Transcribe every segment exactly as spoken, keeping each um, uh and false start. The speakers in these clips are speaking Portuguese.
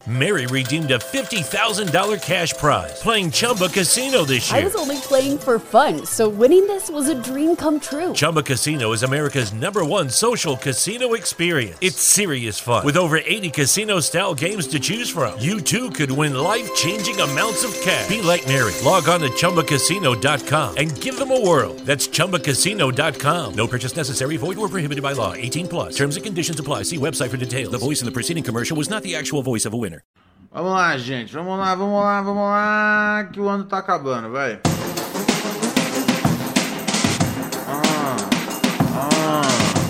Mary redeemed a fifty thousand dollars cash prize playing Chumba Casino this year. I was only playing for fun, so winning this was a dream come true. Chumba Casino is America's number one social casino experience. It's serious fun. With over eighty casino-style games to choose from, you too could win life-changing amounts of cash. Be like Mary. Log on to Chumba Casino dot com and give them a whirl. That's Chumba Casino dot com. No purchase necessary. Void or prohibited by law. eighteen plus. Terms and conditions apply. See website for details. The voice in the preceding commercial was not the actual voice of a winner. Vamos lá, gente. Vamos lá, vamos lá, vamos lá. Que o ano tá acabando, vai. Ah, ah.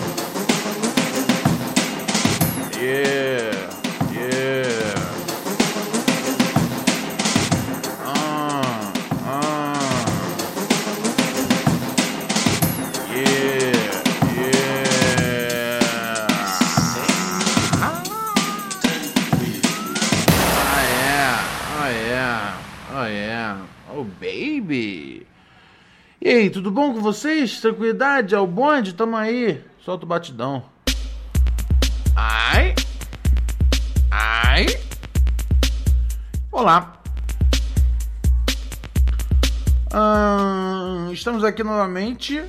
Yeah, yeah. Ah, ah. Yeah, yeah. Oh yeah, oh yeah, oh baby. E aí, tudo bom com vocês? Tranquilidade? Ao bonde? Tamo aí. Solta o batidão. Ai. Ai. Olá. Hum, estamos aqui novamente.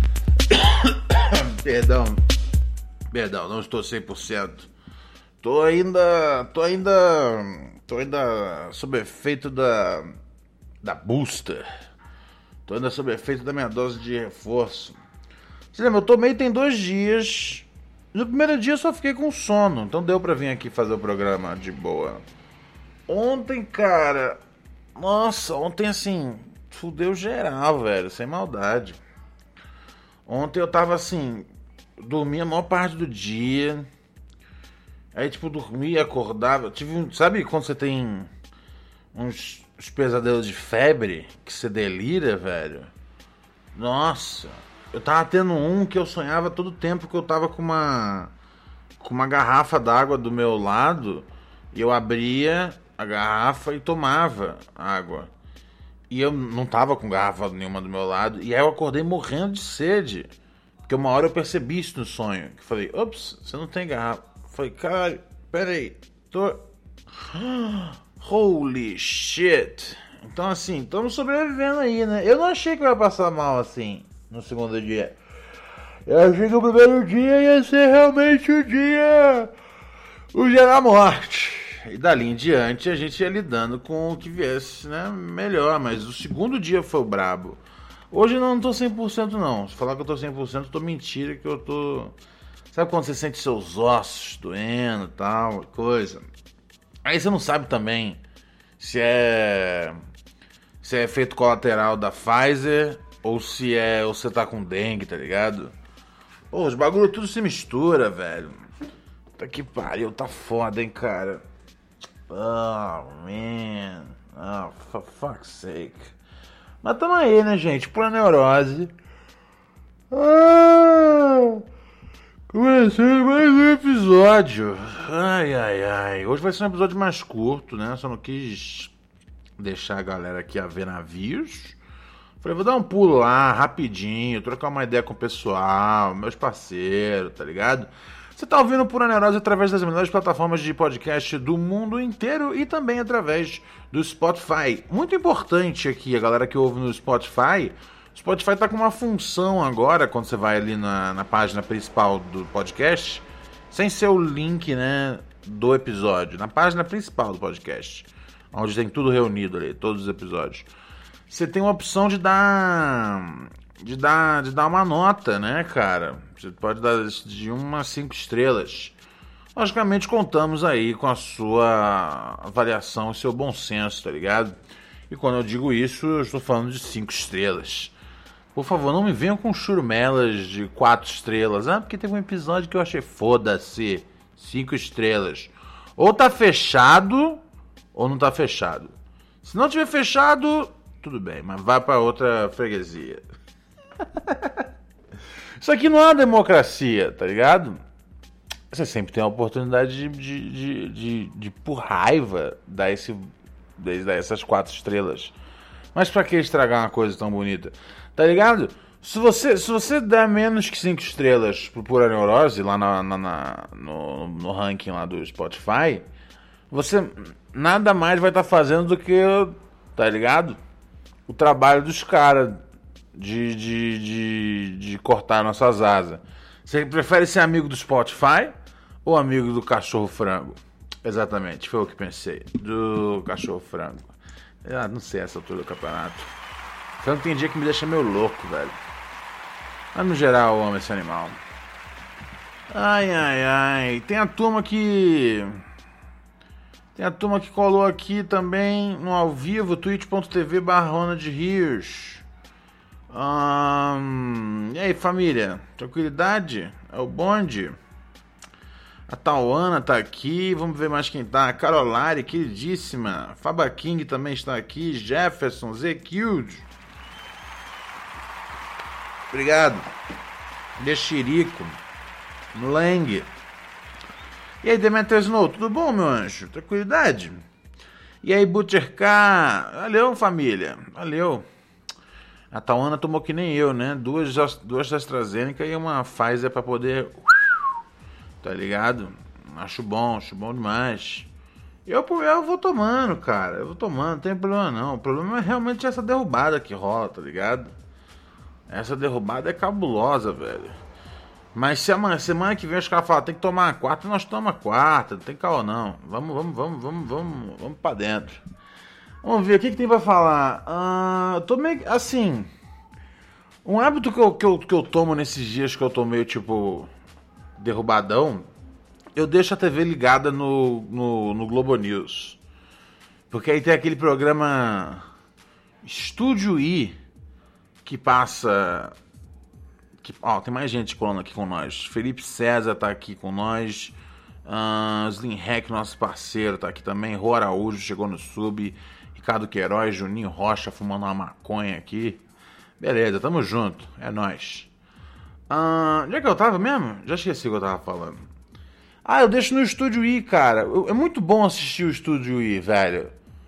Perdão. Perdão, não estou cem por cento. Tô ainda... Tô ainda... Tô ainda sob efeito da... Da booster. Tô ainda sob efeito da minha dose de reforço. Você lembra, eu tomei tem dois dias. No primeiro dia eu só fiquei com sono. Então deu pra vir aqui fazer o programa de boa. Ontem, cara... Nossa, ontem assim... Fudeu geral, velho. Sem maldade. Ontem eu tava assim... Dormi a maior parte do dia... Aí, tipo, dormia, acordava. Tive um. Sabe quando você tem uns, uns pesadelos de febre? Que você delira, velho? Nossa. Eu tava tendo um que eu sonhava todo tempo que eu tava com uma. Com uma garrafa d'água do meu lado. E eu abria a garrafa e tomava água. E eu não tava com garrafa nenhuma do meu lado. E aí eu acordei morrendo de sede. Porque uma hora eu percebi isso no sonho. Que falei, ops, você não tem garrafa. Falei, caralho, peraí, tô... Holy shit. Então assim, estamos sobrevivendo aí, né? Eu não achei que eu ia passar mal assim, no segundo dia. Eu achei que o primeiro dia ia ser realmente o dia... O dia da morte. E dali em diante a gente ia lidando com o que viesse, né? Melhor, mas o segundo dia foi o brabo. Hoje eu não tô cem por cento não. Se falar que eu tô cem por cento, eu tô mentira que eu tô... Sabe quando você sente seus ossos doendo e tal, coisa? Aí você não sabe também se é se é efeito colateral da Pfizer ou se é ou você tá com dengue, tá ligado? Pô, os bagulho tudo se mistura, velho. Tá que pariu, tá foda, hein, cara. Oh, man. Oh, for fuck's sake. Mas tamo aí, né, gente? Pura neurose. Ah... Começando mais um episódio. Ai, ai, ai. Hoje vai ser um episódio mais curto, né? Só não quis deixar a galera aqui a ver navios. Falei, vou dar um pulo lá, rapidinho, trocar uma ideia com o pessoal, meus parceiros, tá ligado? Você tá ouvindo Pura Neurose através das melhores plataformas de podcast do mundo inteiro e também através do Spotify. Muito importante aqui, a galera que ouve no Spotify... O Spotify tá com uma função agora, quando você vai ali na, na página principal do podcast, sem ser o link, né, do episódio, na página principal do podcast, onde tem tudo reunido ali, todos os episódios. Você tem uma opção de dar, de dar, de dar uma nota, né, cara? Você pode dar de uma a cinco estrelas. Logicamente contamos aí com a sua avaliação e seu bom senso, tá ligado? E quando eu digo isso, eu estou falando de cinco estrelas. Por favor, não me venham com churumelas de quatro estrelas. Ah, porque teve um episódio que eu achei foda-se. cinco estrelas. Ou tá fechado, ou não tá fechado. Se não tiver fechado, tudo bem, mas vai pra outra freguesia. Isso aqui não é uma democracia, tá ligado? Você sempre tem a oportunidade de, de, de, de, de por raiva, dar, esse, dar essas quatro estrelas. Mas pra que estragar uma coisa tão bonita? Tá ligado? Se você, se você der menos que cinco estrelas pro Pura Neurose, lá na, na, na, no, no ranking lá do Spotify, você nada mais vai estar fazendo do que, tá ligado? O trabalho dos caras de, de, de, de cortar nossas asas. Você prefere ser amigo do Spotify ou amigo do Cachorro Frango? Exatamente, foi o que pensei. Do Cachorro Frango. Ah, não sei essa altura do campeonato. Frango tem dia que me deixa meio louco, velho. Mas no geral eu amo esse animal. Ai, ai, ai. Tem a turma que... Tem a turma que colou aqui também no ao vivo, twitch.tv barra Ronald Rios. Hum, e aí, família? Tranquilidade? É o bonde? A Tauana tá aqui. Vamos ver mais quem tá. A Carolari, queridíssima. Faba King também está aqui. Jefferson, Zequilde. Obrigado. Dexirico. Mlang. E aí, Demeter Snow, tudo bom, meu anjo? Tranquilidade? E aí, Butcher K? Valeu, família. Valeu. A Tauana tomou que nem eu, né? Duas, duas AstraZeneca e uma Pfizer pra poder... Tá ligado? Acho bom, acho bom demais. Eu, eu vou tomando, cara. Eu vou tomando, não tem problema não. O problema é realmente essa derrubada que rola, tá ligado? Essa derrubada é cabulosa, velho. Mas se amanhã, semana que vem os caras falam, tem que tomar a quarta, nós tomamos a quarta, não tem caô não. Vamos, vamos, vamos, vamos, vamos, vamos pra dentro. Vamos ver, o que, que tem pra falar? Ah, eu tô meio, assim, um hábito que eu, que, eu, que eu tomo nesses dias que eu tô meio, tipo, derrubadão, eu deixo a T V ligada no, no, no Globo News. Porque aí tem aquele programa Estúdio I, que passa... Que, ó, tem mais gente colando aqui com nós. Felipe César tá aqui com nós. Uh, Slim Hack, nosso parceiro, tá aqui também. Rô Araújo chegou no sub. Ricardo Queiroz, Juninho Rocha fumando uma maconha aqui. Beleza, tamo junto. É nóis. Uh, onde é que eu tava mesmo? Já esqueci o que eu tava falando. Ah, eu deixo no Estúdio I, cara. É muito bom assistir o Estúdio I, velho.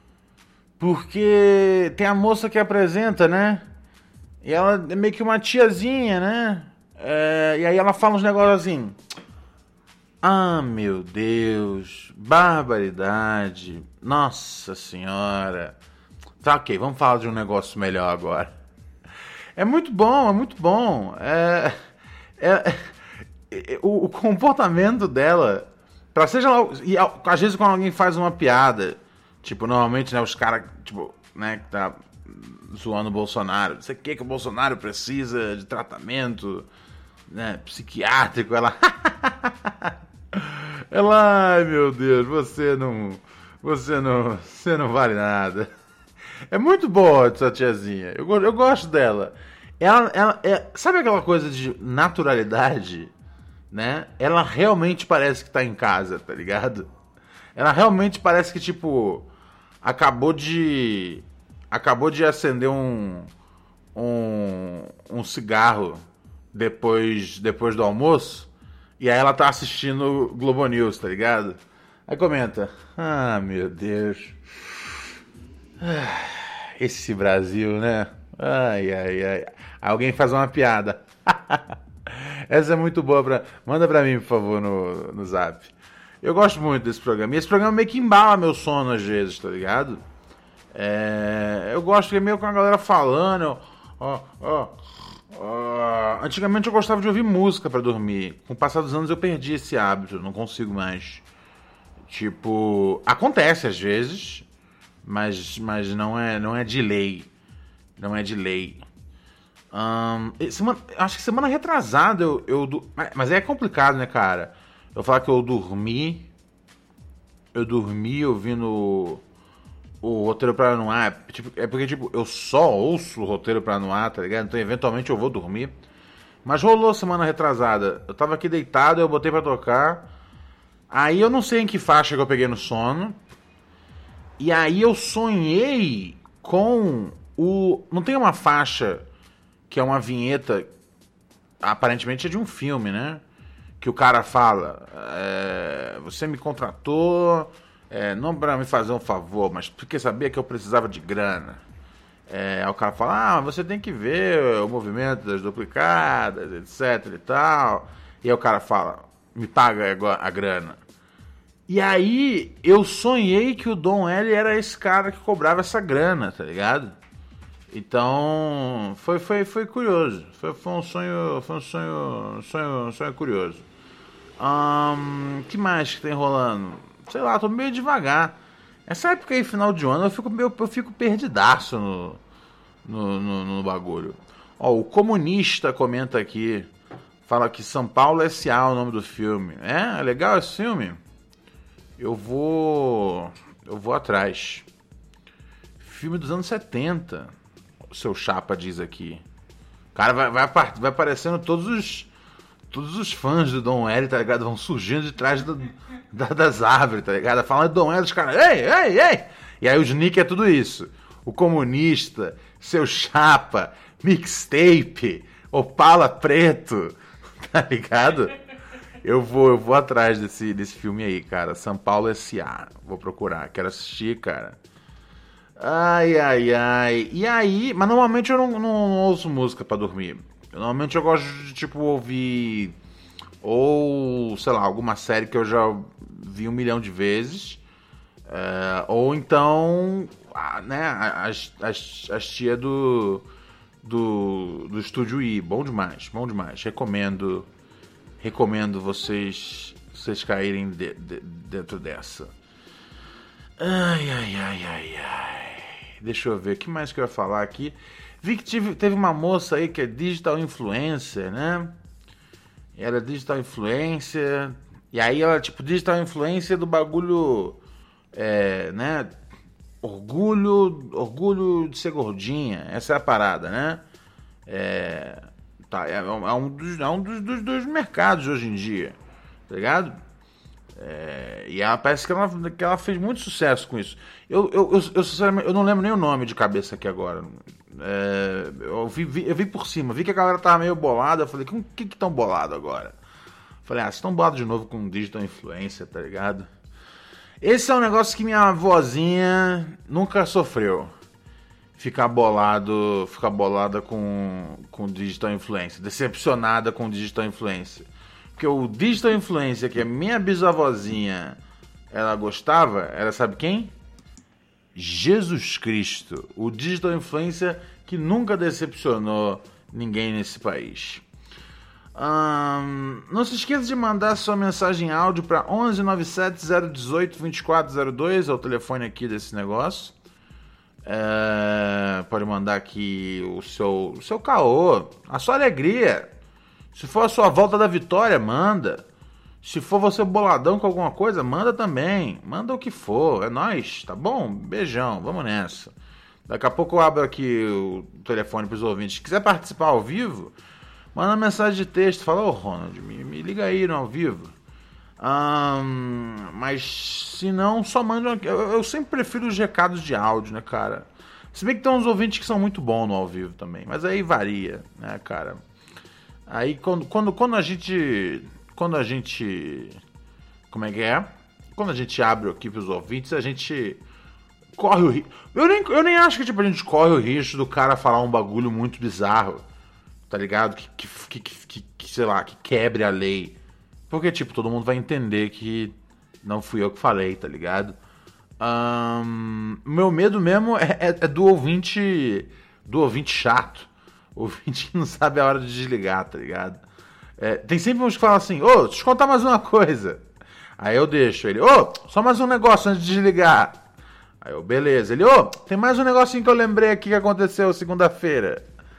Porque tem a moça que apresenta, né? E ela é meio que uma tiazinha, né? É, e aí ela fala uns negócios assim... Ah, meu Deus... Barbaridade... Nossa Senhora... Tá, ok, vamos falar de um negócio melhor agora. É muito bom, é muito bom. É, é, é, o, o comportamento dela... Pra seja lá... E às vezes quando alguém faz uma piada... Tipo, normalmente, né, os caras... Tipo, né, que tá... zoando o Bolsonaro, você quer que o Bolsonaro precisa de tratamento, né, psiquiátrico, ela ela, ai meu Deus, você não você não, você não vale nada. É muito boa essa tiazinha, eu, eu gosto dela. Ela, ela é, sabe aquela coisa de naturalidade, né, ela realmente parece que tá em casa, tá ligado? Ela realmente parece que, tipo, acabou de Acabou de acender um, um, um cigarro depois, depois do almoço. E aí ela tá assistindo Globo News, tá ligado? Aí comenta. Ah, meu Deus. Esse Brasil, né? Ai, ai, ai. Alguém faz uma piada. Essa é muito boa. Pra... Manda pra mim, por favor, no, no zap. Eu gosto muito desse programa. E esse programa meio que embala meu sono às vezes, tá ligado? É, eu gosto que é meio com a galera falando. Ó, ó, ó. Antigamente eu gostava de ouvir música pra dormir. Com o passar dos anos eu perdi esse hábito, não consigo mais. Tipo, acontece às vezes, mas, mas não é, não é de lei. Não é de lei. Hum, semana, acho que semana retrasada eu, eu. Mas é complicado, né, cara? Eu falar que eu dormi. Eu dormi ouvindo o Roteiro pra no ar, tipo, é porque, tipo, eu só ouço o Roteiro pra no ar, tá ligado? Então, eventualmente, eu vou dormir. Mas rolou semana retrasada. Eu tava aqui deitado, eu botei pra tocar. Aí, eu não sei em que faixa que eu peguei no sono. E aí, eu sonhei com o... Não tem uma faixa que é uma vinheta, aparentemente é de um filme, né? Que o cara fala, é, você me contratou... É, não para me fazer um favor, mas porque sabia que eu precisava de grana. É, aí o cara fala, ah, você tem que ver o movimento das duplicadas, etc e tal. E aí o cara fala, me paga a grana. E aí, eu sonhei que o Dom L era esse cara que cobrava essa grana, tá ligado? Então, foi, foi, foi curioso. Foi, foi um sonho, foi um sonho, sonho, sonho curioso. Um, que mais que tem rolando? Sei lá, tô meio devagar. Essa época aí, final de ano, eu fico, meio, eu fico perdidaço no, no, no, no bagulho. Ó, o Comunista comenta aqui. Fala que São Paulo S A é o nome do filme. É, é legal esse filme? Eu vou... Eu vou atrás. Filme dos anos setenta. O seu Chapa diz aqui. Cara, vai, vai, vai aparecendo todos os... Todos os fãs do Dom L, tá ligado? Vão surgindo de trás do, da, das árvores, tá ligado? Falando de Dom L, os caras... Ei, ei, ei! E aí os nick é tudo isso. O Comunista, Seu Chapa, Mixtape, Opala Preto... Tá ligado? Eu vou, eu vou atrás desse, desse filme aí, cara. São Paulo S A. Vou procurar. Quero assistir, cara. Ai, ai, ai. E aí... Mas normalmente eu não, não, não ouço música pra dormir. Normalmente eu gosto de, tipo, ouvir... Ou, sei lá, alguma série que eu já vi um milhão de vezes. É, ou então... Né, as, as, as tia do... Do, do Estúdio I, bom demais, bom demais. Recomendo, recomendo vocês, vocês caírem de, de, dentro dessa. Ai, ai, ai, ai, ai. Deixa eu ver, o que mais que eu ia falar aqui? Vi que tive, teve uma moça aí que é digital influencer, né? Ela é digital influencer. E aí ela, tipo, digital influencer do bagulho, é, né? Orgulho, orgulho de ser gordinha, essa é a parada, né? É, tá, é, é um, dos, é um dos, dos, dos mercados hoje em dia, tá ligado? É, e ela parece que ela, que ela fez muito sucesso com isso. Eu, eu, eu, eu, sinceramente, eu não lembro nem o nome de cabeça aqui agora. É, eu, vi, vi, eu vi por cima, vi que a galera tava meio bolada. Eu falei, o que que tão bolado agora? Falei, ah, vocês estão bolados de novo com digital influencer, tá ligado? Esse é um negócio que minha vozinha nunca sofreu. Ficar bolado, ficar bolada com, com digital influencer, decepcionada com digital influencer. Porque o digital influencer que a minha bisavózinha ela gostava, era sabe quem? Jesus Cristo. O digital influencer que nunca decepcionou ninguém nesse país. Hum, não se esqueça de mandar sua mensagem áudio para onze nove sete zero um oito vinte e quatro zero dois, é o telefone aqui desse negócio. É, pode mandar aqui o seu, o seu caô, a sua alegria. Se for a sua volta da vitória, manda. Se for você boladão com alguma coisa, manda também. Manda o que for, é nóis, tá bom? Beijão, vamos nessa. Daqui a pouco eu abro aqui o telefone para os ouvintes. Se quiser participar ao vivo, manda mensagem de texto, fala, ô Ronald, me, me liga aí no ao vivo. Um, mas se não, só manda. Eu, eu sempre prefiro os recados de áudio, né, cara? Se bem que tem uns ouvintes que são muito bons no ao vivo também, mas aí varia, né, cara? Aí quando, quando, quando a gente. Quando a gente. Como é que é? Quando a gente abre aqui pros ouvintes, a gente corre o risco. Eu nem, eu nem acho que tipo, a gente corre o risco do cara falar um bagulho muito bizarro. Tá ligado? Que, que, que, que, que, sei lá, que quebre a lei. Porque, tipo, todo mundo vai entender que não fui eu que falei, tá ligado? Um, meu medo mesmo é, é, é do ouvinte. Do ouvinte chato. O ouvinte que não sabe a hora de desligar, tá ligado? É, tem sempre uns que falam assim, ô, deixa eu te contar mais uma coisa. Aí eu deixo ele, ô, só mais um negócio antes de desligar. Aí eu, beleza. Ele, ô, tem mais um negocinho que eu lembrei aqui que aconteceu segunda-feira.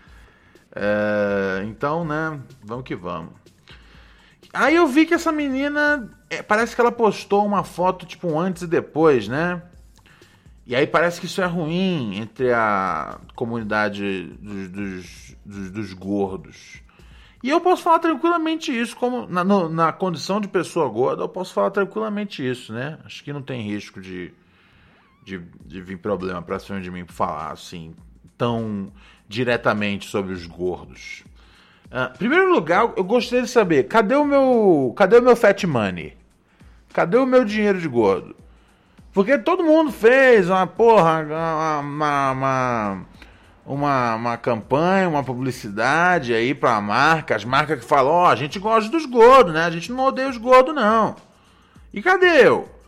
É, então, né, vamos que vamos. Aí eu vi que essa menina, é, parece que ela postou uma foto, tipo, um antes e depois, né? E aí parece que isso é ruim entre a comunidade dos, dos, dos, dos gordos. E eu posso falar tranquilamente isso, como na, no, na condição de pessoa gorda, eu posso falar tranquilamente isso, né? Acho que não tem risco de, de, de vir problema pra cima de mim por falar assim, tão diretamente sobre os gordos. Uh, em primeiro lugar, eu gostaria de saber, cadê o meu, cadê o meu fat money? Cadê o meu dinheiro de gordo? Porque todo mundo fez uma porra, uma, uma, uma, uma campanha, uma publicidade aí pra marca, as marcas que falam, ó, oh, a gente gosta dos gordos, né? A gente não odeia os gordos, não. E cadê eu?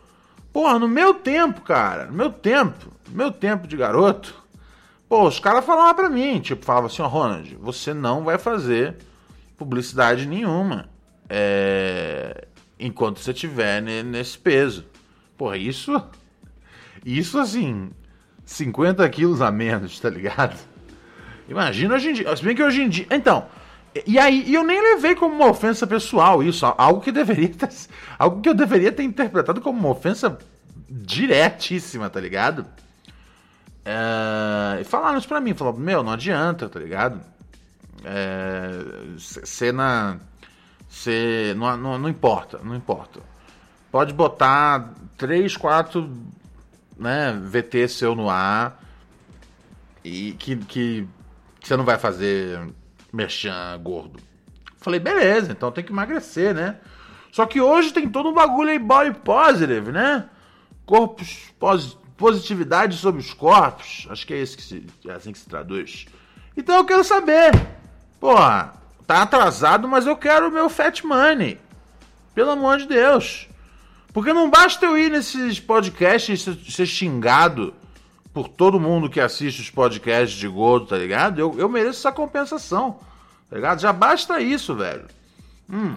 Porra, no meu tempo, cara, no meu tempo, no meu tempo de garoto, pô, os caras falavam pra mim, tipo, falavam assim, ó, Ronald, você não vai fazer publicidade nenhuma é, enquanto você estiver nesse peso. Porra, isso, isso assim, cinquenta quilos a menos, tá ligado? Imagina hoje em dia, se bem que hoje em dia, então... E aí, e eu nem levei como uma ofensa pessoal isso, algo que deveria ter, algo que eu deveria ter interpretado como uma ofensa diretíssima, tá ligado? É, e falaram isso pra mim, falaram, meu, não adianta, tá ligado? Você é, na... Cê, não, não, não importa, não importa. Pode botar três, quatro, né, V T seu no ar e que, que você não vai fazer... merchan gordo. Falei, beleza, então tem que emagrecer, né? Só que hoje tem todo um bagulho aí body positive, né? Corpos, pos, positividade sobre os corpos. Acho que é, esse que se, é assim que se traduz. Então eu quero saber. Porra, tá atrasado, mas eu quero o meu fat money. Pelo amor de Deus. Porque não basta eu ir nesses podcasts e ser xingado por todo mundo que assiste os podcasts de gordo, tá ligado? Eu, eu mereço essa compensação, tá ligado? Já basta isso, velho. Hum.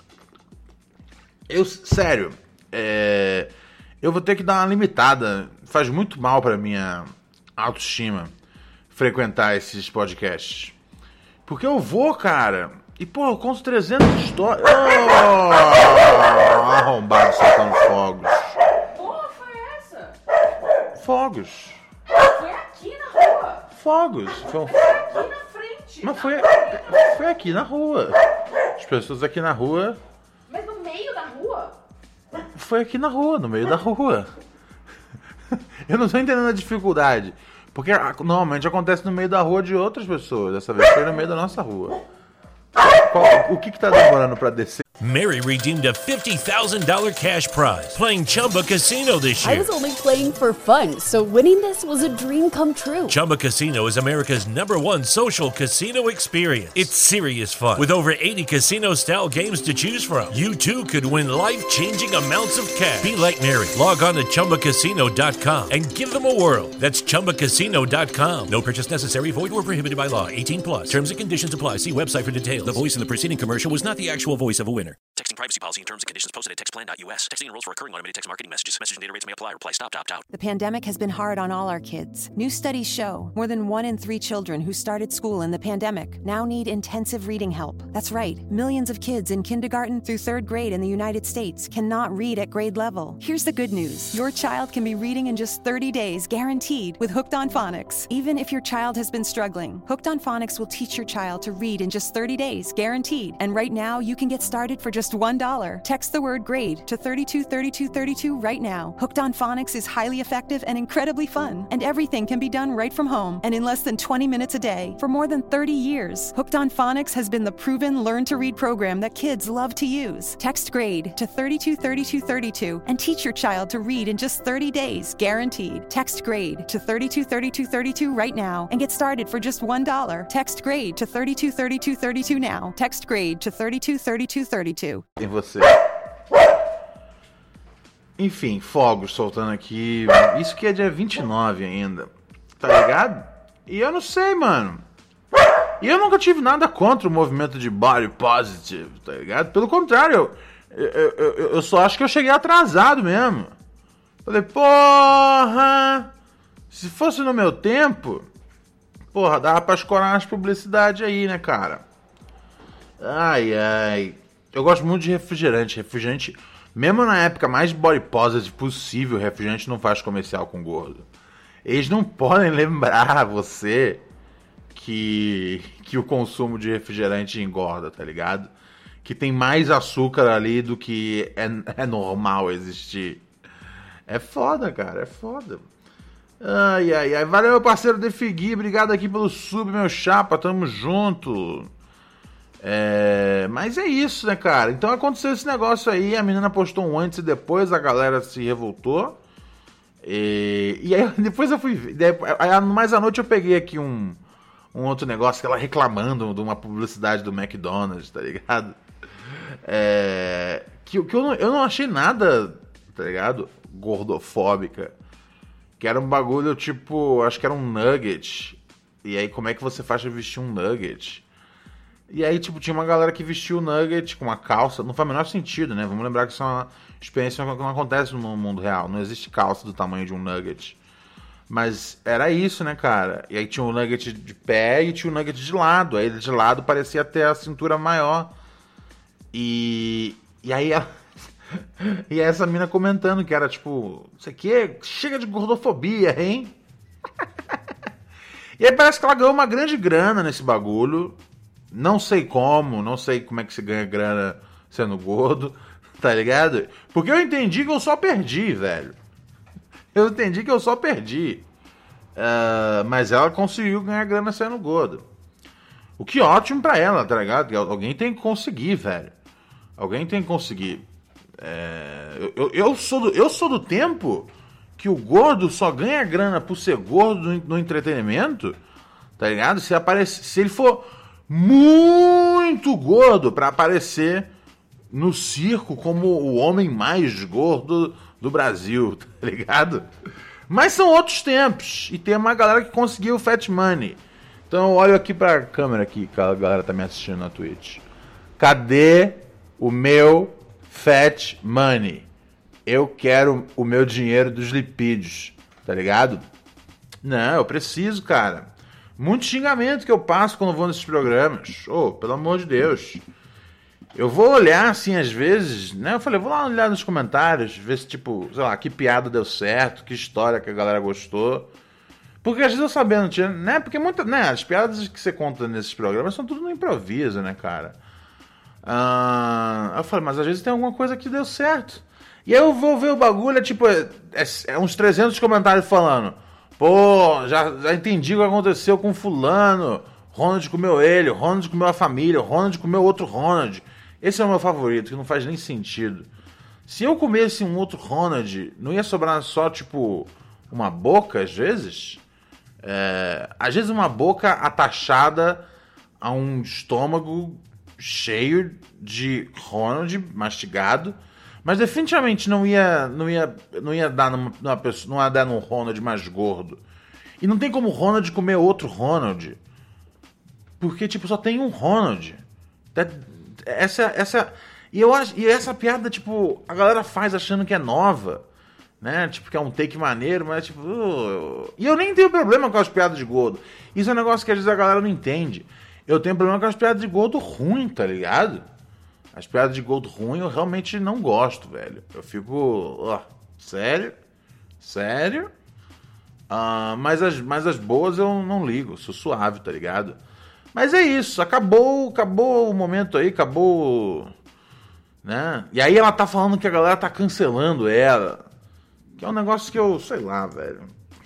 Eu, sério, é, eu vou ter que dar uma limitada. Faz muito mal pra minha autoestima frequentar esses podcasts. Porque eu vou, cara, e, pô, eu conto trezentas histórias. Oh, arrombado soltando fogos. Porra, foi essa? Fogos. Foi aqui na rua. Fogos. Foi, foi aqui na frente. Mas foi, foi aqui na rua. As pessoas aqui na rua. Mas no meio da rua? Foi aqui na rua, no meio da rua. Eu não tô entendendo a dificuldade. Porque normalmente acontece no meio da rua de outras pessoas. Dessa vez foi no meio da nossa rua. Qual, o que que tá demorando pra descer? Mary redeemed a fifty thousand dollars cash prize playing Chumba Casino this year. I was only playing for fun, so winning this was a dream come true. Chumba Casino is America's number one social casino experience. It's serious fun. With over eighty casino-style games to choose from, you too could win life-changing amounts of cash. Be like Mary. Log on to Chumba Casino dot com and give them a whirl. That's Chumba Casino dot com. No purchase necessary. Void or prohibited by law. eighteen plus. Terms and conditions apply. See website for details. The voice in the preceding commercial was not the actual voice of a winner. Texting privacy policy and terms and conditions posted at text plan dot u s. Texting enrolls for recurring automated text marketing messages. Message and data rates may apply. Reply stop to opt out. The pandemic has been hard on all our kids. New studies show more than one in three children who started school in the pandemic now need intensive reading help. That's right. Millions of kids in kindergarten through third grade in the United States cannot read at grade level. Here's the good news. Your child can be reading in just thirty days, guaranteed, with Hooked on Phonics. Even if your child has been struggling, Hooked on Phonics will teach your child to read in just thirty days, guaranteed. And right now, you can get started for just one dollar. Text the word GRADE to thirty-two thirty-two thirty-two right now. Hooked on Phonics is highly effective and incredibly fun, and everything can be done right from home and in less than twenty minutes a day. For more than thirty years, Hooked on Phonics has been the proven learn-to-read program that kids love to use. Text GRADE to thirty-two thirty-two thirty-two and teach your child to read in just thirty days, guaranteed. Text GRADE to thirty-two thirty-two thirty-two right now and get started for just one dollar. Text GRADE to thirty-two thirty-two thirty-two now. Text GRADE to thirty-two thirty-two thirty-two. Em você. Enfim, fogos soltando aqui. Isso que é dia vinte e nove ainda. Tá ligado? E eu não sei, mano. E eu nunca tive nada contra o movimento de body positive, tá ligado? Pelo contrário, eu, eu, eu, eu só acho que eu cheguei atrasado mesmo. Falei, porra, se fosse no meu tempo, porra, dava pra escorar umas publicidades aí, né, cara? Ai, ai. Eu gosto muito de refrigerante. Refrigerante, mesmo na época mais body positive possível, refrigerante não faz comercial com gordo. Eles não podem lembrar você que, que o consumo de refrigerante engorda, tá ligado? Que tem mais açúcar ali do que é, é normal existir. É foda, cara, é foda. Ai, ai, ai. Valeu, meu parceiro Defigui. Obrigado aqui pelo sub, meu chapa. Tamo junto. É... Mas é isso, né, cara? Então aconteceu esse negócio aí. A menina postou um antes e depois. A galera se revoltou. E, e aí depois eu fui... Mais à noite eu peguei aqui um, um outro negócio. Que ela reclamando de uma publicidade do McDonald's, tá ligado? É... Que, que eu, não, eu não achei nada tá ligado? Gordofóbica. Que era um bagulho tipo, acho que era um nugget. E aí como é que você faz pra vestir um nugget? E aí tipo, tinha uma galera que vestiu o nugget com uma calça. Não faz o menor sentido, né? Vamos lembrar que isso é uma experiência que não acontece no mundo real. Não existe calça do tamanho de um nugget. Mas era isso, né, cara? E aí tinha o nugget de pé e tinha o nugget de lado. Aí de lado parecia ter a cintura maior. E, e aí ela... e essa mina comentando que era tipo, isso aqui é... chega de gordofobia, hein? E aí parece que ela ganhou uma grande grana nesse bagulho. Não sei como, não sei como é que se ganha grana sendo gordo, tá ligado? Porque eu entendi que eu só perdi, velho. Eu entendi que eu só perdi. Uh, mas ela conseguiu ganhar grana sendo gorda. O que é ótimo pra ela, tá ligado? Alguém tem que conseguir, velho. Alguém tem que conseguir. É, eu, eu, eu, sou do, eu sou do tempo que o gordo só ganha grana por ser gordo no, no entretenimento, tá ligado? Se, aparece, se ele for muito gordo pra aparecer no circo como o homem mais gordo do Brasil, tá ligado? Mas são outros tempos. E tem uma galera que conseguiu o Fat Money. Então eu olho aqui pra câmera aqui, que a galera tá me assistindo na Twitch. Cadê o meu Fat Money? Eu quero o meu dinheiro dos lipídios, tá ligado? Não, eu preciso, cara. Muito xingamento que eu passo quando vou nesses programas. Ô, oh, pelo amor de Deus. Eu vou olhar, assim, às vezes, né? Eu falei, vou lá olhar nos comentários, ver se, tipo, sei lá, que piada deu certo, que história que a galera gostou. Porque às vezes eu sabendo, né? Porque muita, né? As piadas que você conta nesses programas são tudo no improviso, né, cara? Ah, eu falei, mas às vezes tem alguma coisa que deu certo. E aí eu vou ver o bagulho, é tipo, é, é, é uns trezentos comentários falando, pô, já, já entendi o que aconteceu com fulano, Ronald comeu ele, Ronald comeu a família, Ronald comeu outro Ronald. Esse é o meu favorito, que não faz nem sentido. Se eu comesse um outro Ronald, não ia sobrar só, tipo, uma boca, às vezes? É, às vezes uma boca atachada a um estômago cheio de Ronald mastigado, mas definitivamente não ia, não ia, não ia dar numa, numa pessoa, não ia dar num Ronald mais gordo. E não tem como o Ronald comer outro Ronald, porque tipo só tem um Ronald. Essa, essa, e eu acho, e essa piada tipo a galera faz achando que é nova, né? Tipo que é um take maneiro, mas tipo, uh, e eu nem tenho problema com as piadas de gordo. Isso é um negócio que às vezes a galera não entende. Eu tenho problema com as piadas de gordo ruim, tá ligado? As piadas de gordo ruim eu realmente não gosto, velho. Eu fico... Oh, sério? Sério? Uh, mas, as, mas as boas eu não ligo. Sou suave, tá ligado? Mas é isso. Acabou, acabou o momento aí. Acabou... Né? E aí ela tá falando que a galera tá cancelando ela. Que é um negócio que eu... Sei lá, velho.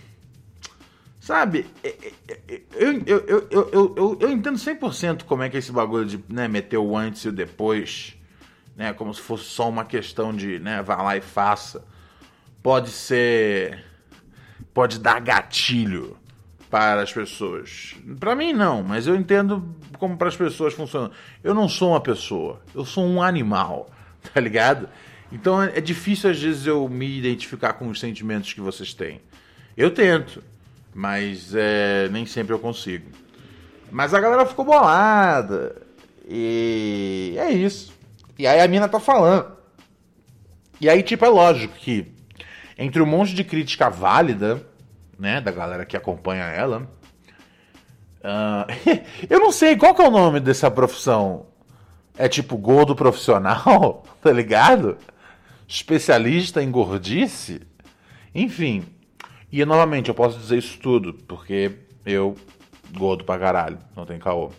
Sabe? Eu, eu, eu, eu, eu, eu, eu entendo cem por cento como é que é esse bagulho de, né, meter o antes e o depois, né, como se fosse só uma questão de, né, vá lá e faça. Pode ser... Pode dar gatilho para as pessoas. Para mim, não, mas eu entendo como para as pessoas funciona. Eu não sou uma pessoa, eu sou um animal, tá ligado? Então é difícil, às vezes, eu me identificar com os sentimentos que vocês têm. Eu tento. Mas é, nem sempre eu consigo. Mas a galera ficou bolada. E é isso. E aí a mina tá falando. E aí, tipo, é lógico que entre um monte de crítica válida, né, da galera que acompanha ela, uh, eu não sei qual que é o nome dessa profissão. É tipo gordo profissional, tá ligado? Especialista em gordice. Enfim. E, novamente, eu posso dizer isso tudo, porque eu gordo pra caralho, não tem caô.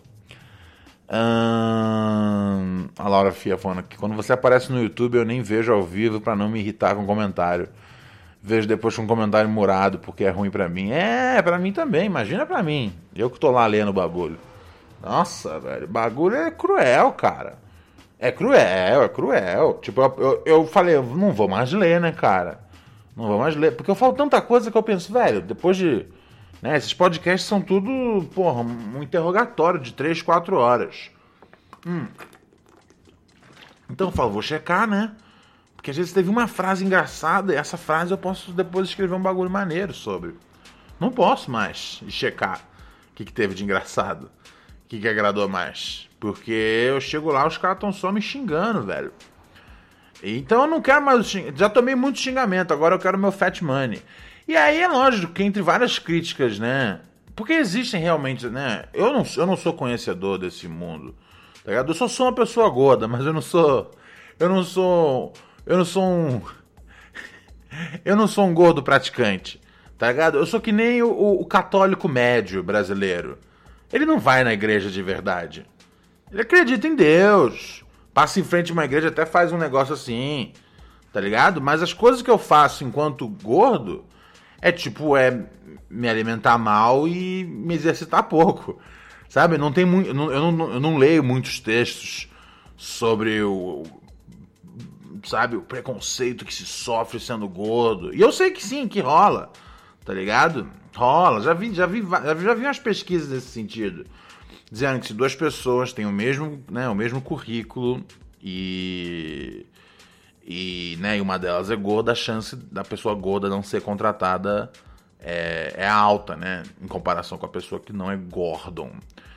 Hum, a Laura Fia falando que quando você aparece no YouTube eu nem vejo ao vivo pra não me irritar com comentário. Vejo depois com um comentário murado, porque é ruim pra mim. É, pra mim também, imagina pra mim. Eu que tô lá lendo o bagulho. Nossa, velho, o bagulho é cruel, cara. É cruel, é cruel. Tipo, eu, eu, eu falei, eu não vou mais ler, né, cara? Não vou mais ler, porque eu falo tanta coisa que eu penso, velho, depois de... Né, esses podcasts são tudo, porra, um interrogatório de três, quatro horas. Hum. Então eu falo, vou checar, né? Porque às vezes teve uma frase engraçada e essa frase eu posso depois escrever um bagulho maneiro sobre. Não posso mais checar o que, que teve de engraçado. O que, que agradou mais. Porque eu chego lá, os caras estão só me xingando, velho. Então eu não quero mais o xingamento. Já tomei muito xingamento, agora eu quero meu fat money. E aí é lógico que entre várias críticas, né? Porque existem realmente, né? Eu não, eu não sou conhecedor desse mundo, tá ligado? Eu só sou uma pessoa gorda, mas eu não sou... Eu não sou... Eu não sou um... Eu não sou um gordo praticante, tá ligado? Eu sou que nem o, o, o católico médio brasileiro. Ele não vai na igreja de verdade. Ele acredita em Deus. Passa em frente a uma igreja, até faz um negócio assim, tá ligado? Mas as coisas que eu faço enquanto gordo é tipo, é me alimentar mal e me exercitar pouco, sabe? Não tem muito, eu, não, eu, não, eu não leio muitos textos sobre o, sabe, o preconceito que se sofre sendo gordo. E eu sei que sim, que rola, tá ligado? Rola, já vi, já vi, já vi umas pesquisas nesse sentido. Dizendo que se duas pessoas têm o mesmo, né, o mesmo currículo e, e, né, e uma delas é gorda, a chance da pessoa gorda não ser contratada é, é alta, né? Em comparação com a pessoa que não é Gordon.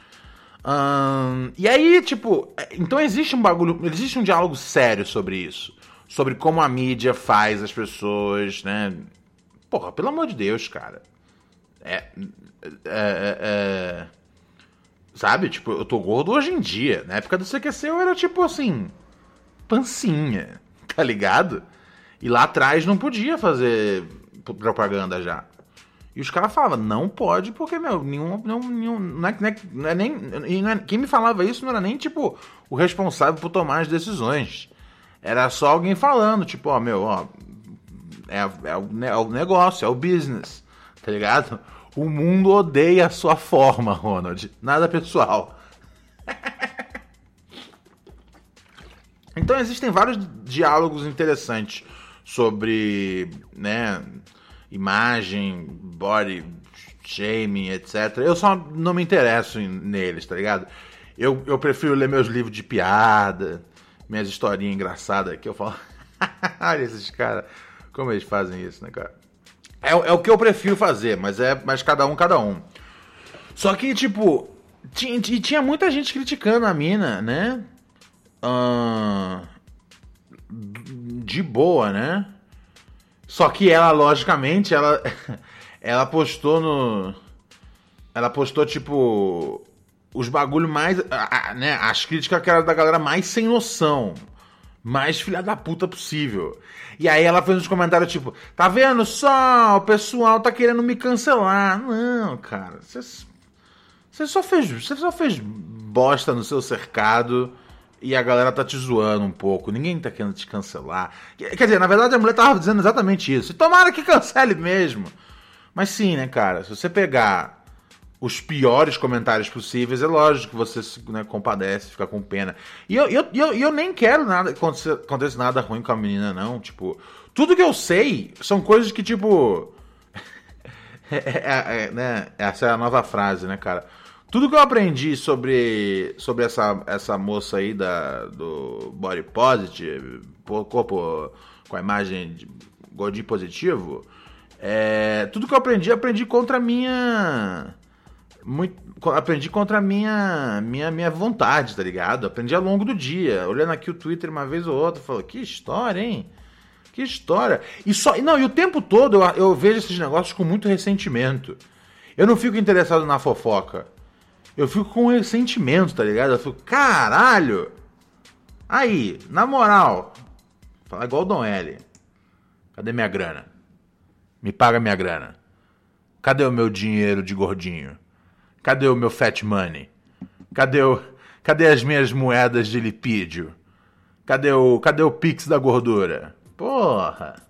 Hum, e aí, tipo, então existe um bagulho, existe um diálogo sério sobre isso. Sobre como a mídia faz as pessoas, né? Porra, pelo amor de Deus, cara. É... é, é, é sabe? Tipo, eu tô gordo hoje em dia. Na época do C Q C eu era tipo assim, pancinha, tá ligado? E lá atrás não podia fazer propaganda já. E os caras falavam, não pode, porque, meu, nenhum. nenhum, nenhum não, é, não, é, não é nem. Não é, quem me falava isso não era nem, tipo, o responsável por tomar as decisões. Era só alguém falando, tipo, ó, meu, ó. É, é, o, é o negócio, é o business, tá ligado? O mundo odeia a sua forma, Ronald. Nada pessoal. Então existem vários diálogos interessantes sobre, né, imagem, body shaming, etcétera. Eu só não me interesso neles, tá ligado? Eu, eu prefiro ler meus livros de piada, minhas historinhas engraçadas que eu falo. Olha esses caras, como eles fazem isso, né, cara? É, é o que eu prefiro fazer, mas é mas cada um, cada um. Só que, tipo, tinha, tinha muita gente criticando a mina, né? Uh, de boa, né? Só que ela, logicamente, ela, ela postou no... Ela postou, tipo, os bagulho mais... A, né, as críticas que eram da galera mais sem noção. Mais filha da puta possível. E aí ela fez uns comentários tipo, tá vendo só, o pessoal tá querendo me cancelar. Não, cara, você só fez, você só fez bosta no seu cercado e a galera tá te zoando um pouco. Ninguém tá querendo te cancelar. Quer dizer, na verdade a mulher tava dizendo exatamente isso. E tomara que cancele mesmo. Mas sim, né, cara, se você pegar os piores comentários possíveis, é lógico que você, né, compadece, fica com pena. E eu, eu, eu, eu nem quero nada, que aconteça nada ruim com a menina, não. Tipo, tudo que eu sei são coisas que, tipo... é, é, é, né? Essa é a nova frase, né, cara? Tudo que eu aprendi sobre, sobre essa, essa moça aí da, do body positive, corpo com a imagem de gordinho positivo, é, tudo que eu aprendi, aprendi contra a minha... Muito, aprendi contra a minha, minha, minha vontade, tá ligado? Aprendi ao longo do dia. Olhando aqui o Twitter uma vez ou outra, falou, que história, hein? Que história. E só, não, e o tempo todo eu, eu vejo esses negócios com muito ressentimento. Eu não fico interessado na fofoca. Eu fico com ressentimento, tá ligado? Eu fico, caralho! Aí, na moral, fala igual o Dom L. Cadê minha grana? Me paga minha grana. Cadê o meu dinheiro de gordinho? Cadê o meu fat money? Cadê, o, cadê as minhas moedas de lipídio? Cadê o, cadê o Pix da gordura? Porra!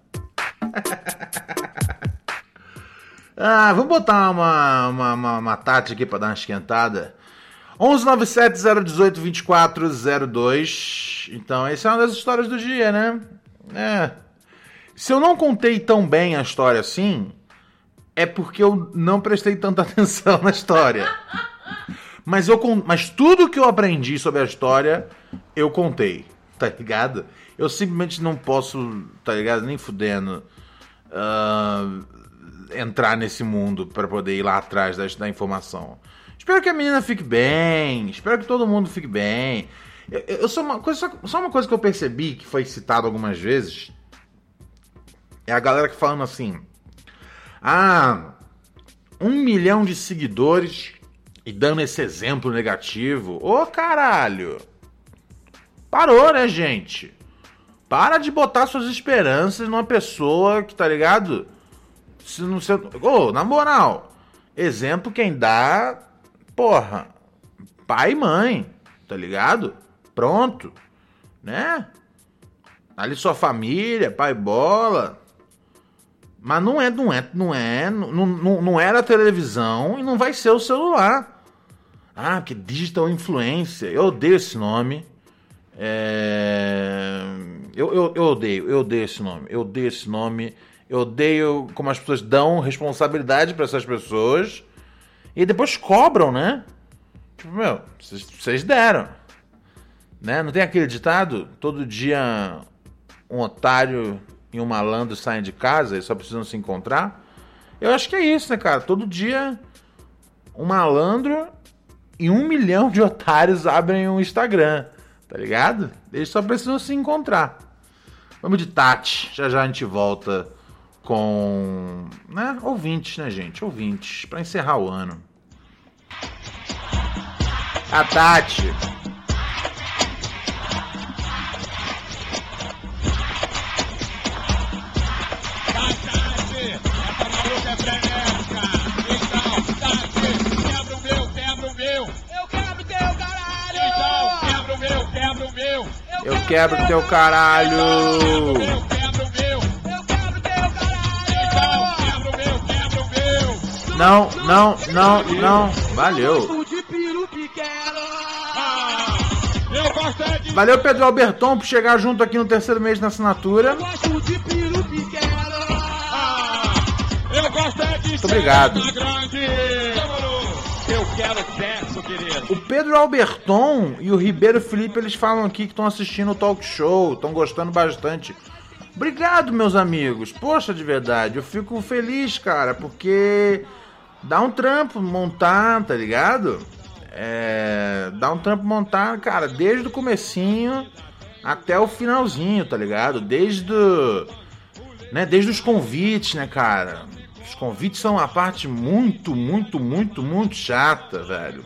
Ah, vamos botar uma, uma, uma, uma Tati aqui pra dar uma esquentada. onze nove sete zero um oito dois quatro zero dois. Então, essa é uma das histórias do dia, né? É. Se eu não contei tão bem a história assim... é porque eu não prestei tanta atenção na história. Mas, eu, mas tudo que eu aprendi sobre a história, eu contei. tá ligado? Eu simplesmente não posso, tá ligado? Nem fudendo uh, entrar nesse mundo pra poder ir lá atrás da, da informação. Espero que a menina fique bem, espero que todo mundo fique bem. Eu, eu só, uma coisa, só, só uma coisa que eu percebi, que foi citado algumas vezes, é a galera que falando assim, ah, um milhão de seguidores e dando esse exemplo negativo. Ô, caralho! Parou, né, gente? Para de botar suas esperanças numa pessoa que, tá ligado? Se não sei... Ô, na moral, exemplo quem dá... Porra, pai e mãe, tá ligado? Pronto, né? Ali sua família, pai bola. Mas não é, não é, não é, não, não, não era a televisão e não vai ser o celular. Ah, porque digital influencer, eu odeio esse nome. É... Eu, eu, eu odeio, eu odeio esse nome, eu odeio esse nome. Eu odeio como as pessoas dão responsabilidade para essas pessoas. E depois cobram, né? Tipo, meu, vocês deram. Né? Não tem aquele ditado? Todo dia um otário e um malandro saem de casa e só precisam se encontrar. Eu acho que é isso, né, cara? Todo dia um malandro e um milhão de otários abrem um Instagram. Tá ligado? Eles só precisam se encontrar. Vamos de Tati. Já já a gente volta com, né, ouvintes, né, gente? Ouvintes, pra encerrar o ano. A Tati. Eu quebro teu caralho. Eu quebro o meu. Eu quebro teu caralho. Não, não, não, não. Valeu. Valeu, Pedro Alberton, por chegar junto aqui no terceiro mês na assinatura. Muito obrigado. Eu quero sexo, querido. O Pedro Alberton e o Ribeiro Felipe, eles falam aqui que estão assistindo o talk show, estão gostando bastante. Obrigado, meus amigos. Poxa, de verdade, eu fico feliz, cara, porque dá um trampo montar, tá ligado? É, dá um trampo montar, cara, desde o comecinho até o finalzinho, tá ligado? Desde, né, desde os convites, né, cara? Os convites são uma parte muito, muito, muito, muito chata, velho.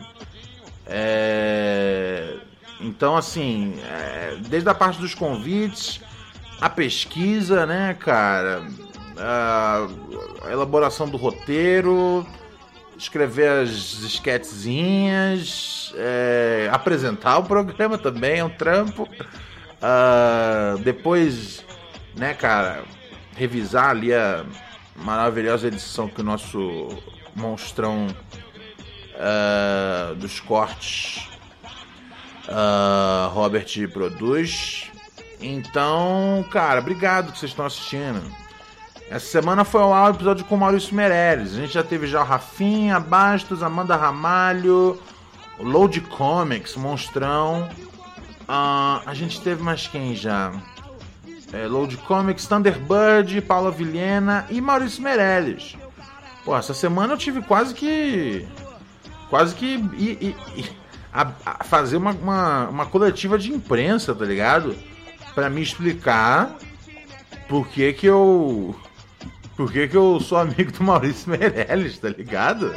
É... Então, assim, é... desde a parte dos convites, a pesquisa, né, cara? A, a elaboração do roteiro, escrever as esquetezinhas, é... apresentar o programa também é um trampo. Uh... Depois, né, cara, revisar ali a maravilhosa edição que o nosso monstrão uh, dos cortes uh, Robert produz. Então, cara, obrigado que vocês estão assistindo. Essa semana foi o episódio com o Maurício Meirelles. A gente já teve já o Rafinha Bastos, Amanda Ramalho, o Load Comics, monstrão. Uh, a gente teve mais quem já? É, Load Comics, Thunderbird, Paula Vilhena e Maurício Meirelles. Pô, essa semana eu tive quase que... Quase que... I, I, I, a, a fazer uma, uma, uma coletiva de imprensa, tá ligado? Pra me explicar por que que eu... Por que que eu sou amigo do Maurício Meirelles, tá ligado?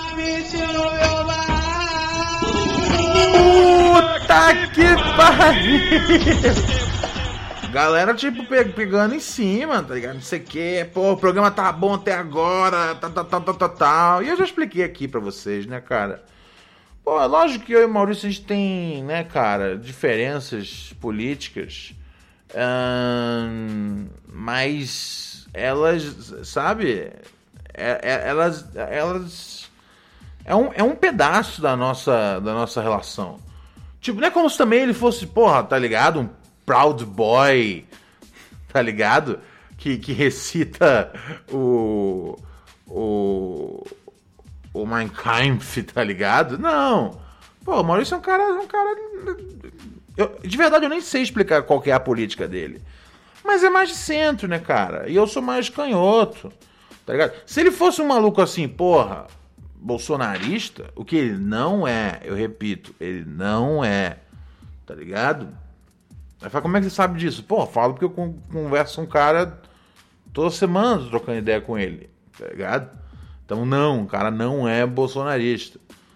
Puta que pariu! Galera, tipo, pegando em cima, tá ligado? Não sei o que, pô, o programa tá bom até agora, tal, tal, tal, tal, tal, tal. E eu já expliquei aqui pra vocês, né, cara? Pô, é lógico que eu e o Maurício, a gente tem, né, cara, diferenças políticas. Hum, mas elas, sabe? É, é, elas, elas... É um, é um pedaço da nossa, da nossa relação. Tipo, não é como se também ele fosse, porra, tá ligado? Um Proud Boy, tá ligado? Que, que recita o, o, o Mein Kampf, tá ligado? Não. Pô, o Maurício é um cara, um cara Eu, de verdade, eu nem sei explicar qual que é a política dele. Mas é mais de centro, né, cara? E eu sou mais canhoto, tá ligado? Se ele fosse um maluco assim, porra, bolsonarista, o que ele não é, eu repito, ele não é, tá ligado? Aí fala, como é que você sabe disso? Pô, falo porque eu converso com um cara toda semana trocando ideia com ele, tá ligado? Então não, o cara não é bolsonarista.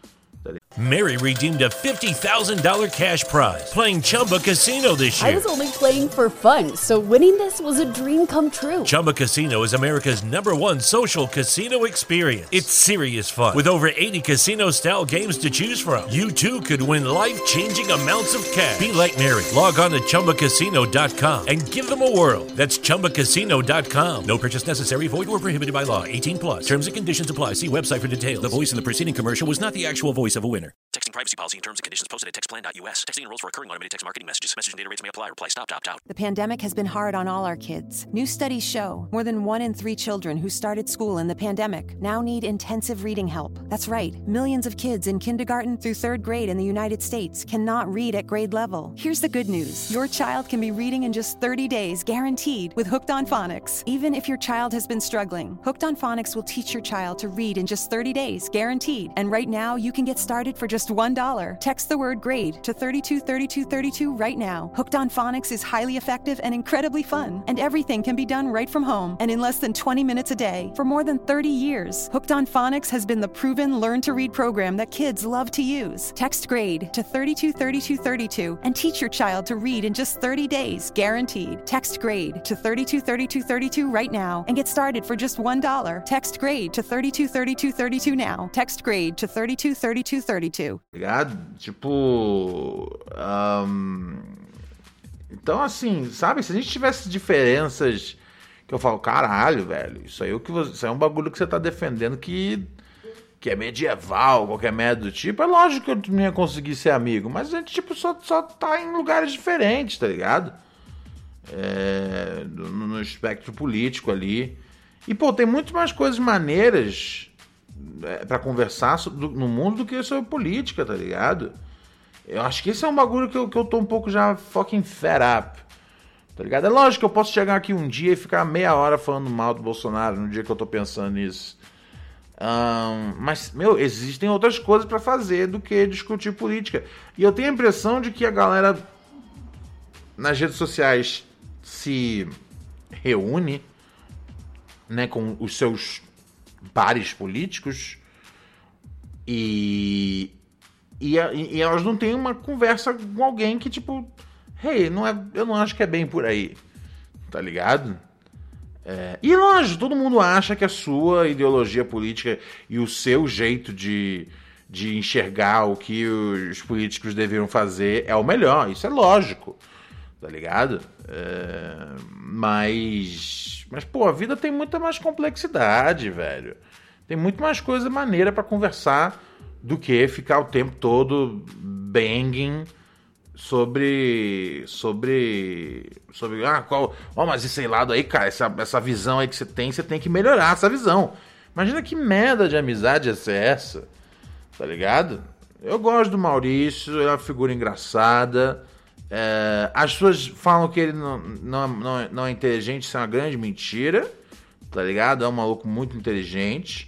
Mary redeemed a fifty thousand dollars cash prize playing Chumba Casino this year. I was only playing for fun, so winning this was a dream come true. Chumba Casino is America's number one social casino experience. It's serious fun. With over eighty casino-style games to choose from, you too could win life-changing amounts of cash. Be like Mary. Log on to Chumba Casino dot com and give them a whirl. That's Chumba Casino dot com. No purchase necessary. Void or prohibited by law. eighteen plus. Terms and conditions apply. See website for details. The voice in the preceding commercial was not the actual voice of a winner. Texting privacy policy and terms and conditions posted at text plan dot U S. Texting enrolls for recurring automated text marketing messages. Message and data rates may apply. Reply stop to opt out. The pandemic has been hard on all our kids. New studies show more than one in three children who started school in the pandemic now need intensive reading help. That's right. Millions of kids in kindergarten through third grade in the United States cannot read at grade level. Here's the good news. Your child can be reading in just thirty days, guaranteed, with Hooked on Phonics. Even if your child has been struggling, Hooked on Phonics will teach your child to read in just thirty days, guaranteed. And right now, you can get started for just one dollar. Text the word GRADE to thirty-two thirty-two thirty-two right now. Hooked on Phonics is highly effective and incredibly fun. And everything can be done right from home and in less than twenty minutes a day for more than thirty years. Hooked on Phonics has been the proven learn-to-read program that kids love to use. Text GRADE to thirty-two thirty-two thirty-two and teach your child to read in just thirty days, guaranteed. Text GRADE to thirty-two thirty-two thirty-two right now and get started for just one dollar. Text GRADE to thirty-two thirty-two thirty-two now. Text GRADE to thirty-two thirty-two thirty-two. Ligado? Tipo. Um... Então, assim, sabe? Se a gente tivesse diferenças que eu falo, caralho, velho, isso aí, é o que você... isso aí é um bagulho que você tá defendendo que, que é medieval, qualquer merda do tipo. É lógico que eu não ia conseguir ser amigo, mas a gente, tipo, só, só tá em lugares diferentes, tá ligado? É... No, no espectro político ali. E, pô, tem muito mais coisas maneiras é, pra conversar do, no mundo do que sobre política, tá ligado? Eu acho que esse é um bagulho que eu, que eu tô um pouco já fucking fed up, tá ligado? É lógico que eu posso chegar aqui um dia e ficar meia hora falando mal do Bolsonaro no dia que eu tô pensando nisso. Um, mas, meu, existem outras coisas pra fazer do que discutir política. E eu tenho a impressão de que a galera nas redes sociais se reúne, né, com os seus pares políticos e... E, e elas não têm uma conversa com alguém que, tipo, hey, não é, eu não acho que é bem por aí, tá ligado? É, e lógico, todo mundo acha que a sua ideologia política e o seu jeito de, de enxergar o que os políticos deveriam fazer é o melhor, isso é lógico, tá ligado? É, mas, mas, pô, a vida tem muita mais complexidade, velho. Tem muito mais coisa maneira pra conversar do que ficar o tempo todo banging sobre sobre sobre ah, qual, ó, mas esse lado aí, cara, essa, essa visão aí que você tem, você tem que melhorar essa visão. Imagina que merda de amizade é essa, tá ligado? Eu gosto do Maurício, é uma figura engraçada. É, as pessoas falam que ele não, não, não, não é inteligente, isso é uma grande mentira, tá ligado? É um maluco muito inteligente.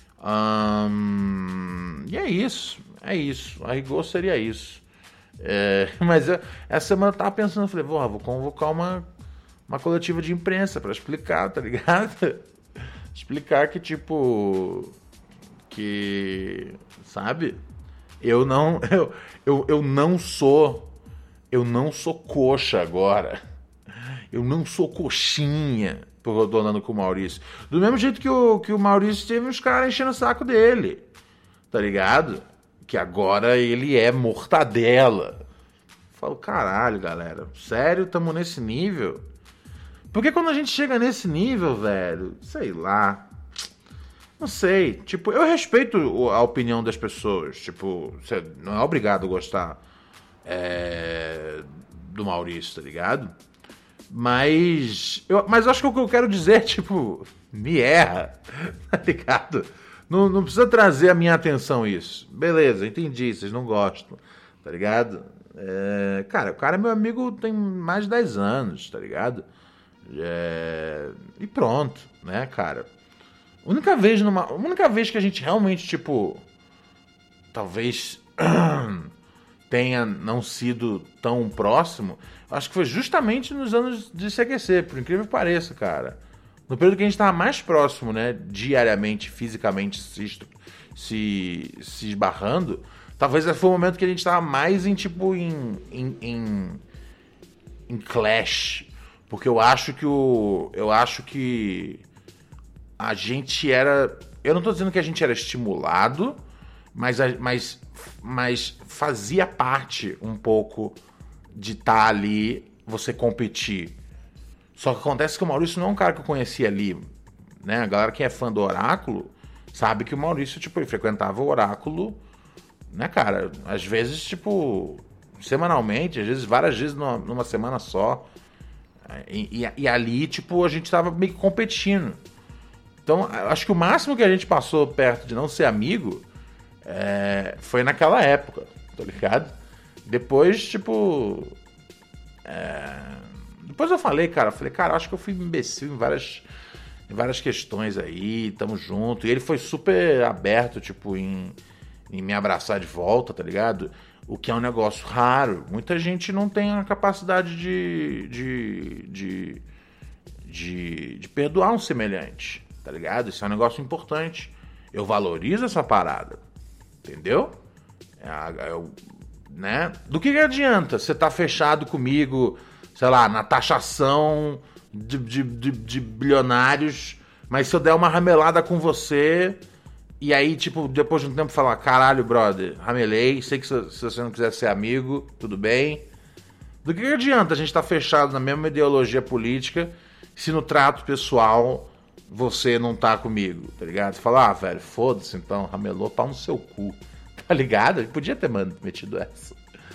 Hum, e é isso, é isso, a rigor seria isso. É, mas eu, essa semana eu tava pensando, eu falei, vou, vou convocar uma, uma coletiva de imprensa pra explicar, tá ligado? Explicar que, tipo, que, sabe, eu não, eu, eu, eu não sou, eu não sou coxa agora, eu não sou coxinha. Porque eu tô andando com o Maurício. Do mesmo jeito que o, que o Maurício teve uns caras enchendo o saco dele. Tá ligado? Que agora ele é mortadela. Eu falo, caralho, galera. Sério, tamo nesse nível? Porque quando a gente chega nesse nível, velho, sei lá. Não sei. Tipo, eu respeito a opinião das pessoas. Tipo, você não é obrigado a gostar é, do Maurício, tá ligado? Mas eu, mas eu acho que o que eu quero dizer é, tipo, me erra, tá ligado? Não, não precisa trazer a minha atenção isso. Beleza, entendi, vocês não gostam, tá ligado? É, cara, o cara é meu amigo tem mais de dez anos, tá ligado? É, e pronto, né, cara? A única vez, numa, a única vez que a gente realmente, tipo, talvez tenha não sido tão próximo, acho que foi justamente nos anos de C Q C, por incrível que pareça, cara. No período que a gente tava mais próximo, né, diariamente, fisicamente, se, se, se esbarrando, talvez foi o momento que a gente tava mais em, tipo, em, em, em, em clash. Porque eu acho que o... Eu acho que a gente era... Eu não tô dizendo que a gente era estimulado, mas, mas, mas fazia parte um pouco de estar tá ali, você competir. Só que acontece que o Maurício não é um cara que eu conhecia ali, né? A galera que é fã do Oráculo sabe que o Maurício, tipo, ele frequentava o Oráculo, né, cara? Às vezes, tipo, semanalmente, às vezes várias vezes numa, numa semana só. E, e, e ali, tipo, a gente tava meio que competindo. Então, acho que o máximo que a gente passou perto de não ser amigo é, foi naquela época, tá ligado? Depois, tipo... É... Depois eu falei, cara, eu falei, cara, acho que eu fui imbecil em várias, em várias questões aí, tamo junto. E ele foi super aberto, tipo, em, em me abraçar de volta, tá ligado? O que é um negócio raro. Muita gente não tem a capacidade de, de, de, de, de perdoar um semelhante, tá ligado? Isso é um negócio importante. Eu valorizo essa parada, entendeu? É, eu, né? Do que, que adianta você tá fechado comigo, sei lá, na taxação de, de, de, de bilionários, mas se eu der uma ramelada com você... E aí, tipo, depois de um tempo falar, caralho, brother, ramelei, sei que se, se você não quiser ser amigo, tudo bem. Do que, que adianta a gente estar tá fechado na mesma ideologia política se no trato pessoal você não tá comigo, tá ligado? Você fala, ah, velho, foda-se então, ramelou, pau no seu cu, tá ligado? Ele podia ter metido essa.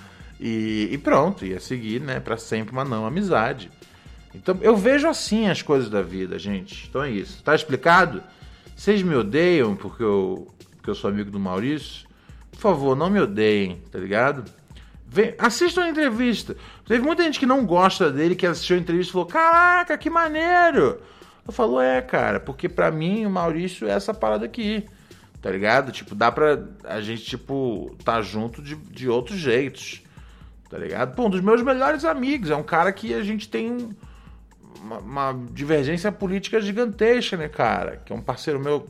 E, e pronto, ia seguir, né, pra sempre uma não amizade. Então, eu vejo assim as coisas da vida, gente. Então é isso. Tá explicado? Vocês me odeiam porque eu, porque eu sou amigo do Maurício? Por favor, não me odeiem, tá ligado? Vem, assistam a entrevista. Teve muita gente que não gosta dele, que assistiu a entrevista e falou, caraca, que maneiro! Eu falo, é, cara, porque pra mim o Maurício é essa parada aqui, tá ligado? Tipo, dá pra a gente, tipo, tá junto de, de outros jeitos, tá ligado? Pô, um dos meus melhores amigos, é um cara que a gente tem... Uma, uma divergência política gigantesca, né, cara? Que é um parceiro meu,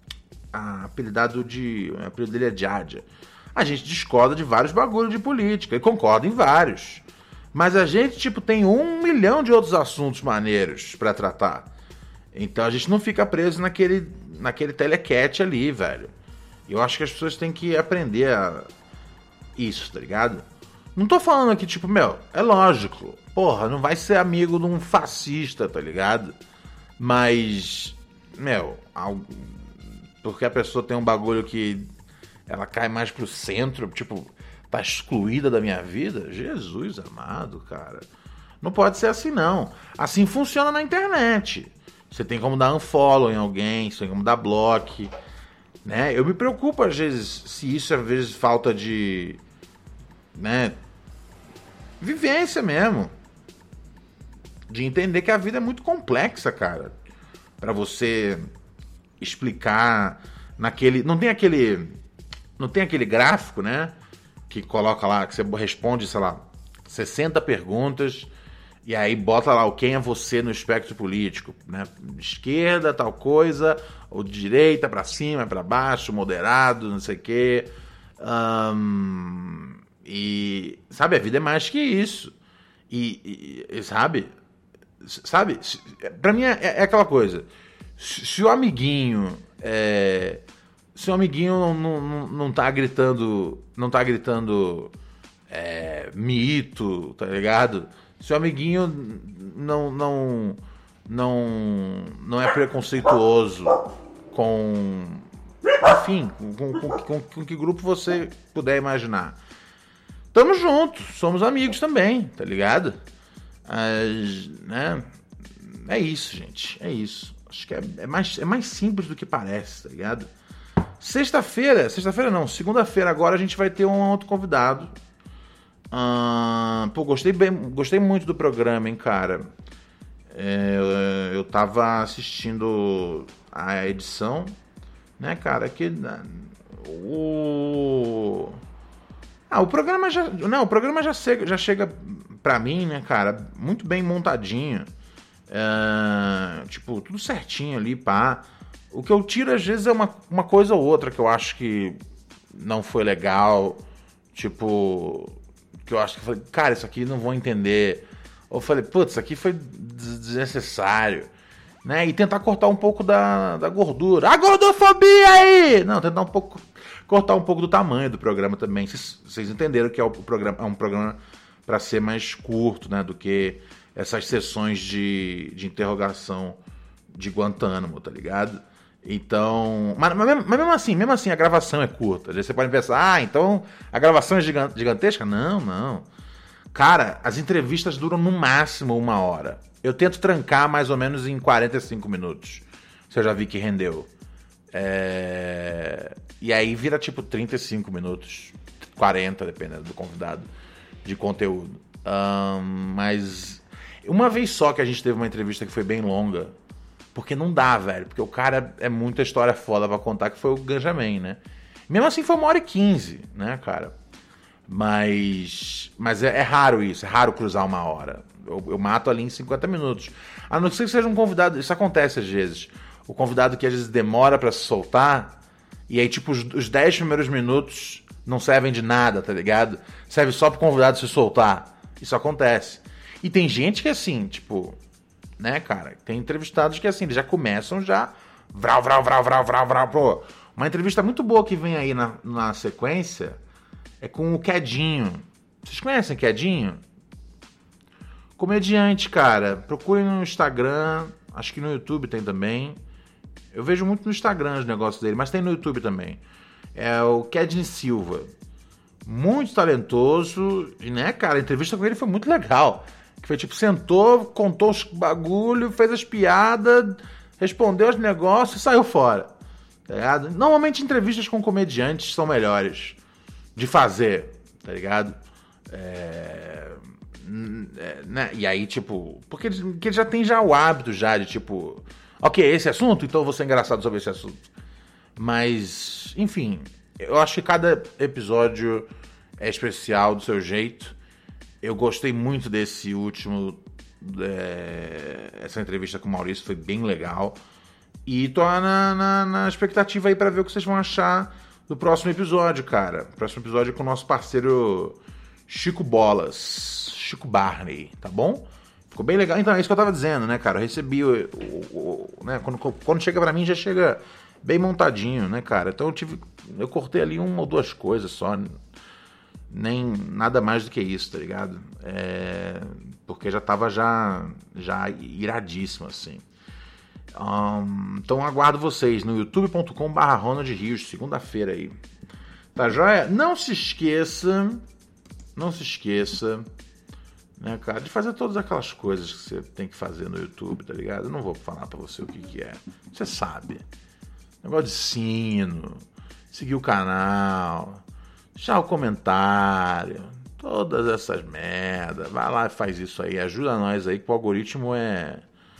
ah, apelidado de... O apelido dele é Djadia. A gente discorda de vários bagulhos de política, e concorda em vários. Mas a gente, tipo, tem um milhão de outros assuntos maneiros pra tratar. Então a gente não fica preso naquele, naquele telecat ali, velho. Eu acho que as pessoas têm que aprender a... isso, tá ligado? Não tô falando aqui, tipo, meu, é lógico. Porra, não vai ser amigo de um fascista, tá ligado? Mas, meu, porque a pessoa tem um bagulho que ela cai mais pro centro, tipo, tá excluída da minha vida? Jesus amado, cara. Não pode ser assim, não. Assim funciona na internet. Você tem como dar unfollow em alguém, você tem como dar block, né? Eu me preocupo, às vezes, se isso, às vezes, falta de... né? Vivência mesmo. De entender que a vida é muito complexa, cara. Pra você explicar naquele... Não tem aquele... Não tem aquele gráfico, né? Que coloca lá, que você responde, sei lá, sessenta perguntas e aí bota lá o quem é você no espectro político, né? Esquerda, tal coisa, ou de direita, pra cima, pra baixo, moderado, não sei o quê. Um, e, sabe, a vida é mais que isso. E, e sabe... Sabe? Pra mim é, é aquela coisa. Se, se o amiguinho... É, se o amiguinho não, não, não tá gritando... Não tá gritando... É, mito, tá ligado? Se o amiguinho não... Não, não, não é preconceituoso com... Enfim, com, com, com, com que grupo você puder imaginar. Tamo junto, somos amigos também, tá ligado? Mas, né? É isso, gente. É isso. Acho que é, é, mais, é mais simples do que parece, tá ligado? Sexta-feira, sexta-feira não, segunda-feira agora a gente vai ter um outro convidado. Ah, pô, gostei, bem, gostei muito do programa, hein, cara. É, eu tava assistindo a edição, né, cara, que o ah, o programa já não, o programa já chega, já chega pra mim, né, cara, muito bem montadinho, é, tipo, tudo certinho ali, pá. O que eu tiro às vezes é uma, uma coisa ou outra que eu acho que não foi legal, tipo, que eu acho que, cara, isso aqui não vou entender. Eu falei, putz, isso aqui foi desnecessário, né? E tentar cortar um pouco da, da gordura. A gordofobia aí! Não, tentar um pouco, cortar um pouco do tamanho do programa também. Vocês, vocês entenderam que é, o programa, é um programa para ser mais curto, né? Do que essas sessões de, de interrogação de Guantánamo, tá ligado? Então, mas, mas, mesmo, mas mesmo assim, mesmo assim a gravação é curta. Você pode pensar, ah, então a gravação é gigantesca? Não, não. Cara, as entrevistas duram no máximo uma hora. Eu tento trancar mais ou menos em quarenta e cinco minutos. Você já vi que rendeu. É... E aí vira tipo trinta e cinco minutos, quarenta, dependendo do convidado, de conteúdo. Um, mas uma vez só que a gente teve uma entrevista que foi bem longa, porque não dá, velho. Porque o cara é muita história foda pra contar, que foi o Ganjamin, né? Mesmo assim foi uma hora e quinze, né, cara? Mas, mas é, é raro isso, é raro cruzar uma hora. Eu, eu mato ali em cinquenta minutos. A não ser que seja um convidado, isso acontece às vezes. O convidado que às vezes demora pra se soltar, e aí tipo os, os dez primeiros minutos não servem de nada, tá ligado? Serve só pro convidado se soltar. Isso acontece. E tem gente que é assim, tipo, né, cara? Tem entrevistados que assim, eles já começam já vral, vral, vral, vral, vral, vral. Pô, uma entrevista muito boa que vem aí na, na sequência é com o Quedinho. Vocês conhecem Quedinho? Comediante, cara. Procurem no Instagram. Acho que no YouTube tem também. Eu vejo muito no Instagram os negócios dele, mas tem no YouTube também. É o Kedney Silva. Muito talentoso. E, né, cara, a entrevista com ele foi muito legal. Que foi tipo, sentou, contou os bagulho, fez as piadas, respondeu os negócios e saiu fora. Tá ligado? Normalmente entrevistas com comediantes são melhores de fazer, tá ligado? É... É, né? E aí, tipo, porque ele, porque ele já tem já o hábito já de, tipo, ok, esse assunto, então eu vou ser engraçado sobre esse assunto. Mas, enfim, eu acho que cada episódio é especial do seu jeito. Eu gostei muito desse último, é, essa entrevista com o Maurício foi bem legal. E tô na, na, na expectativa aí pra ver o que vocês vão achar do próximo episódio, cara. Próximo episódio é com o nosso parceiro Chico Bolas, Chico Barney, tá bom? Ficou bem legal. Então, é isso que eu tava dizendo, né, cara? Eu recebi o... o, o né, quando, quando chega pra mim, já chega bem montadinho, né, cara? Então eu tive... Eu cortei ali uma ou duas coisas só. Nem nada mais do que isso, tá ligado? É, porque já tava já, já iradíssimo, assim. Um, então aguardo vocês no youtube ponto com barra Ronald Rios, segunda-feira aí. Tá joia? Não se esqueça... Não se esqueça, né, cara, de fazer todas aquelas coisas que você tem que fazer no YouTube, tá ligado? Eu não vou falar pra você o que que é. Você sabe. Negócio de sino, seguir o canal, deixar o comentário, todas essas merdas. Vai lá e faz isso aí. Ajuda nós aí, que o algoritmo é...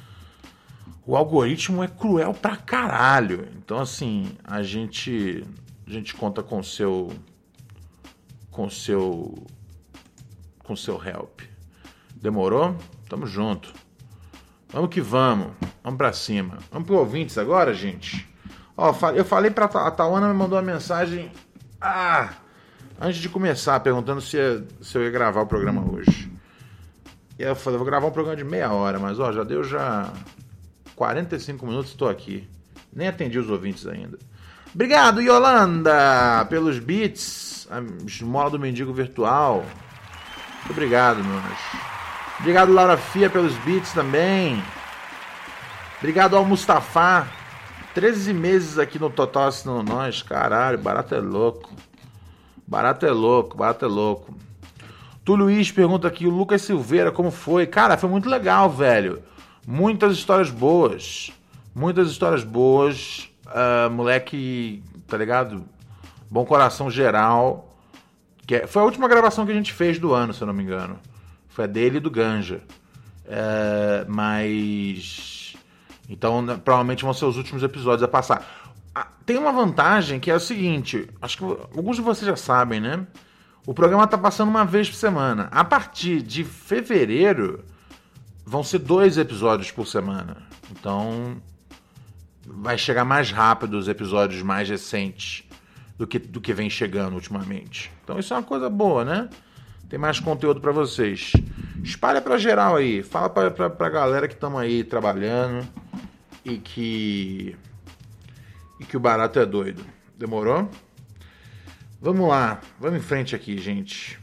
O algoritmo é cruel pra caralho. Então, assim, a gente, a gente conta com o seu... Com o seu... Com o seu help. Demorou? Tamo junto. Vamos que vamos. Vamos pra cima. Vamos pro ouvintes agora, gente. Ó, eu falei pra... A Tawana me mandou uma mensagem... Ah... Antes de começar, perguntando se, ia, se eu ia gravar o programa hoje. E aí eu falei, vou gravar um programa de meia hora, mas ó, já deu já quarenta e cinco minutos e tô aqui. Nem atendi os ouvintes ainda. Obrigado, Yolanda, pelos beats. A esmola do mendigo virtual. Muito obrigado, meus. Obrigado, Laura Fia, pelos beats também. Obrigado ao Mustafa. treze meses aqui no Total assinando nós. Caralho, barato é louco. Barato é louco, barato é louco. Tu Luiz pergunta aqui, o Lucas Silveira, como foi? Cara, foi muito legal, velho. Muitas histórias boas. Muitas histórias boas. Uh, moleque, tá ligado? Bom coração geral. Que é, foi a última gravação que a gente fez do ano, se eu não me engano. Foi a dele e do Ganja. É, mas... Então, né, provavelmente vão ser os últimos episódios a passar. Ah, tem uma vantagem que é o seguinte. Acho que alguns de vocês já sabem, né? O programa tá passando uma vez por semana. A partir de fevereiro, vão ser dois episódios por semana. Então, vai chegar mais rápido os episódios mais recentes do que, do que vem chegando ultimamente. Então, isso é uma coisa boa, né? Tem mais conteúdo pra vocês. Espalha pra geral aí. Fala pra, pra, pra galera que estamos aí trabalhando e que... e que o barato é doido. Demorou? Vamos lá. Vamos em frente aqui, gente.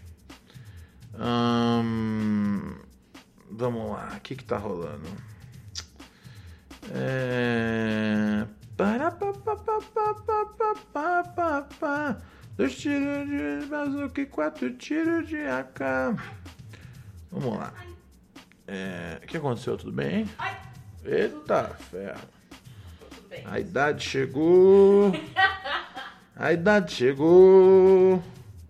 Hum... Vamos lá. O que que tá rolando? É... Dois tiros de bazuca e quatro tiros de A K. Vamos lá. É... O que aconteceu? Tudo bem? Eita ferro. A idade chegou. A idade chegou.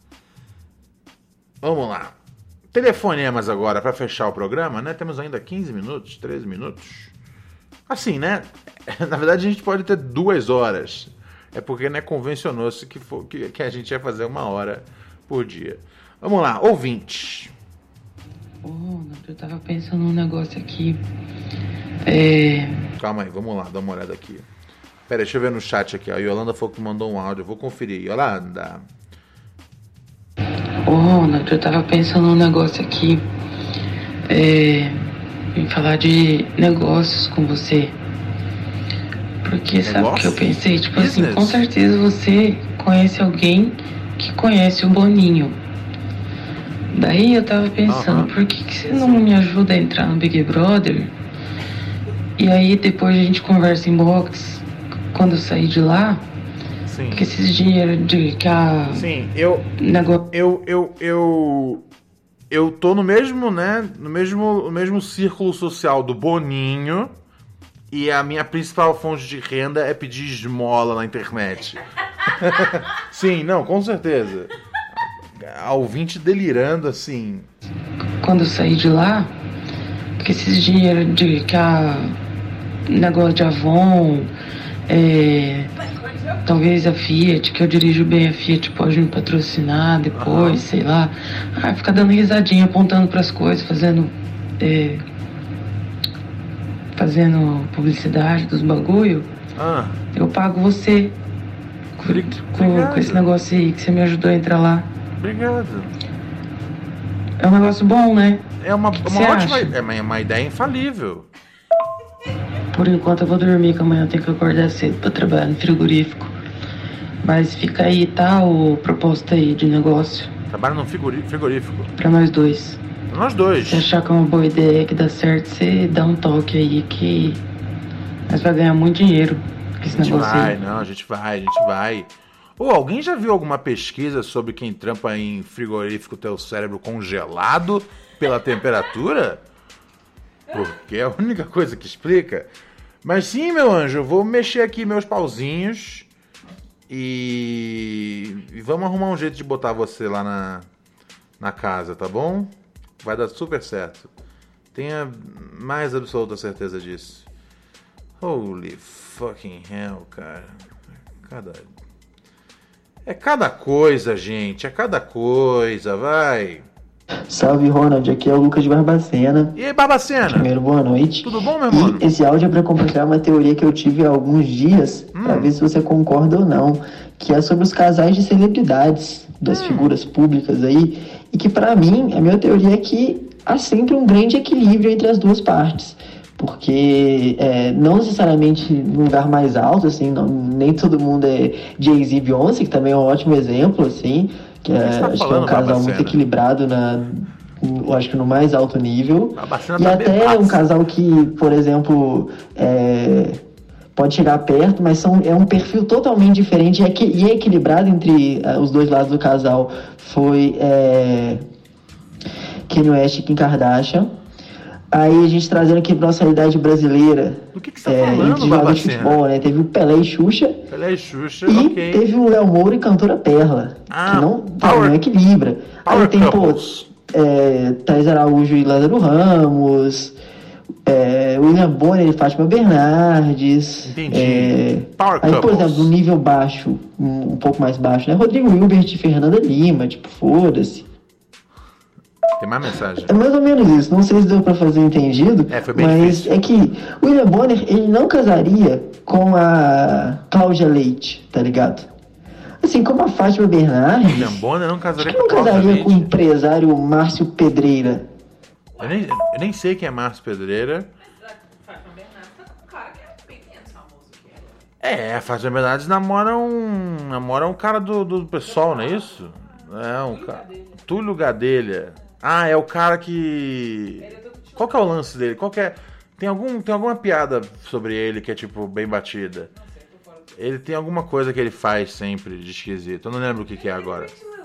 Vamos lá. Telefonemas agora para fechar o programa, né? Temos ainda quinze minutos, treze minutos. Assim, né? Na verdade a gente pode ter duas horas. É porque, né, convencionou-se que, for, que, que a gente ia fazer uma hora por dia. Vamos lá, ouvintes. Oh, eu tava pensando num negócio aqui. É... Calma aí, vamos lá, dá uma olhada aqui. Pera, deixa eu ver no chat aqui. A Yolanda falou que mandou um áudio, eu vou conferir. Yolanda. Ô, Ronald, eu tava pensando num negócio aqui. É... Vim falar de negócios com você. Porque Negócio? sabe o que eu pensei? Tipo Business? assim, com certeza você conhece alguém que conhece o Boninho. Daí eu tava pensando, Uhum. por que, que você não me ajuda a entrar no Big Brother? E aí depois a gente conversa em box quando eu sair de lá. Sim. Porque esses dinheiros de que a... Sim, eu... negócio... Eu, eu, eu, eu tô no mesmo, né, no mesmo, no mesmo círculo social do Boninho e a minha principal fonte de renda é pedir esmola na internet. Sim, não, com certeza. A ouvinte delirando, assim. Quando eu sair de lá, porque esses dinheiros de que a... negócio de Avon, é... talvez a Fiat, que eu dirijo bem a Fiat, pode me patrocinar depois, uhum. sei lá. Ah, ficar dando risadinha, apontando pras coisas, fazendo é, fazendo publicidade dos bagulho. Ah. Eu pago você com, com, com esse negócio aí que você me ajudou a entrar lá. Obrigado. É um negócio bom, né? É uma, que uma ótima é uma, uma ideia infalível. Por enquanto eu vou dormir, que amanhã eu tenho que acordar cedo pra trabalhar no frigorífico. Mas fica aí, tá? O proposta aí de negócio. Trabalha no frigorífico? Pra nós dois. Pra nós dois. Se achar que é uma boa ideia, que dá certo, você dá um toque aí que nós vai ganhar muito dinheiro com esse negócio aí. A gente vai, não, a gente vai, a gente vai. Ô, oh, alguém já viu alguma pesquisa sobre quem trampa em frigorífico ter o cérebro congelado pela temperatura? Porque é a única coisa que explica. Mas sim, meu anjo, eu vou mexer aqui meus pauzinhos e... e vamos arrumar um jeito de botar você lá na, na casa, tá bom? Vai dar super certo. Tenha mais absoluta certeza disso. Holy fucking hell, cara. Cada... É cada coisa, gente. É cada coisa, vai. Salve, Ronald, aqui é o Lucas de Barbacena. E aí, Barbacena? Primeiro, boa noite. Tudo bom, meu mano? E esse áudio é pra compartilhar uma teoria que eu tive há alguns dias, hum. pra ver se você concorda ou não, que é sobre os casais de celebridades, das hum. figuras públicas aí, e que pra mim, a minha teoria é que há sempre um grande equilíbrio entre as duas partes. Porque é, não necessariamente num lugar mais alto, assim, não, nem todo mundo é Jay-Z e Beyoncé, que também é um ótimo exemplo, assim, que é, tá acho que é um casal Barbacena? Muito equilibrado, na, eu acho que no mais alto nível. E tá até um casal que, por exemplo, é, pode chegar perto, mas são, é um perfil totalmente diferente e é, e é equilibrado entre uh, os dois lados do casal. Foi é, Kanye West e Kim Kardashian. Aí a gente trazendo aqui pra nossa realidade brasileira. Do que, que você tá é, falando, de jogador de futebol, né? Teve o Pelé e Xuxa. Pelé e Xuxa, e ok. teve o Léo Moura e cantora Perla. Ah, que não, power, não equilibra. Power Aí tem, couples. pô, é, Thaís Araújo e Lázaro Ramos. É, William Bonner e Fátima Bernardes. Entendi. É, Power aí, por couples. exemplo, no nível baixo, um, um pouco mais baixo, né? Rodrigo Hilbert e Fernanda Lima, tipo, foda-se. Tem mais mensagem. É mais ou menos isso, não sei se deu pra fazer entendido, É, foi bem mas difícil. é que o William Bonner, ele não casaria com a Cláudia Leite, tá ligado? Assim, como a Fátima Bernardes, William Bonner não acho casaria que com não a Cláudia casaria com o Leite. empresário Márcio Pedreira. Eu nem, eu nem sei quem é Márcio Pedreira. Fátima Bernardes tá com um cara que é bem menos famoso que ela. É, a Fátima Bernardes namora um. namora um cara do, do pessoal, não é isso? É, um cara. Túlio Gadelha. Ah, é o cara que. Qual que é o lance dele? Qual que é. Tem, algum, tem alguma piada sobre ele que é, tipo, bem batida? Ele tem alguma coisa que ele faz sempre de esquisito. Eu não lembro o que, que é agora.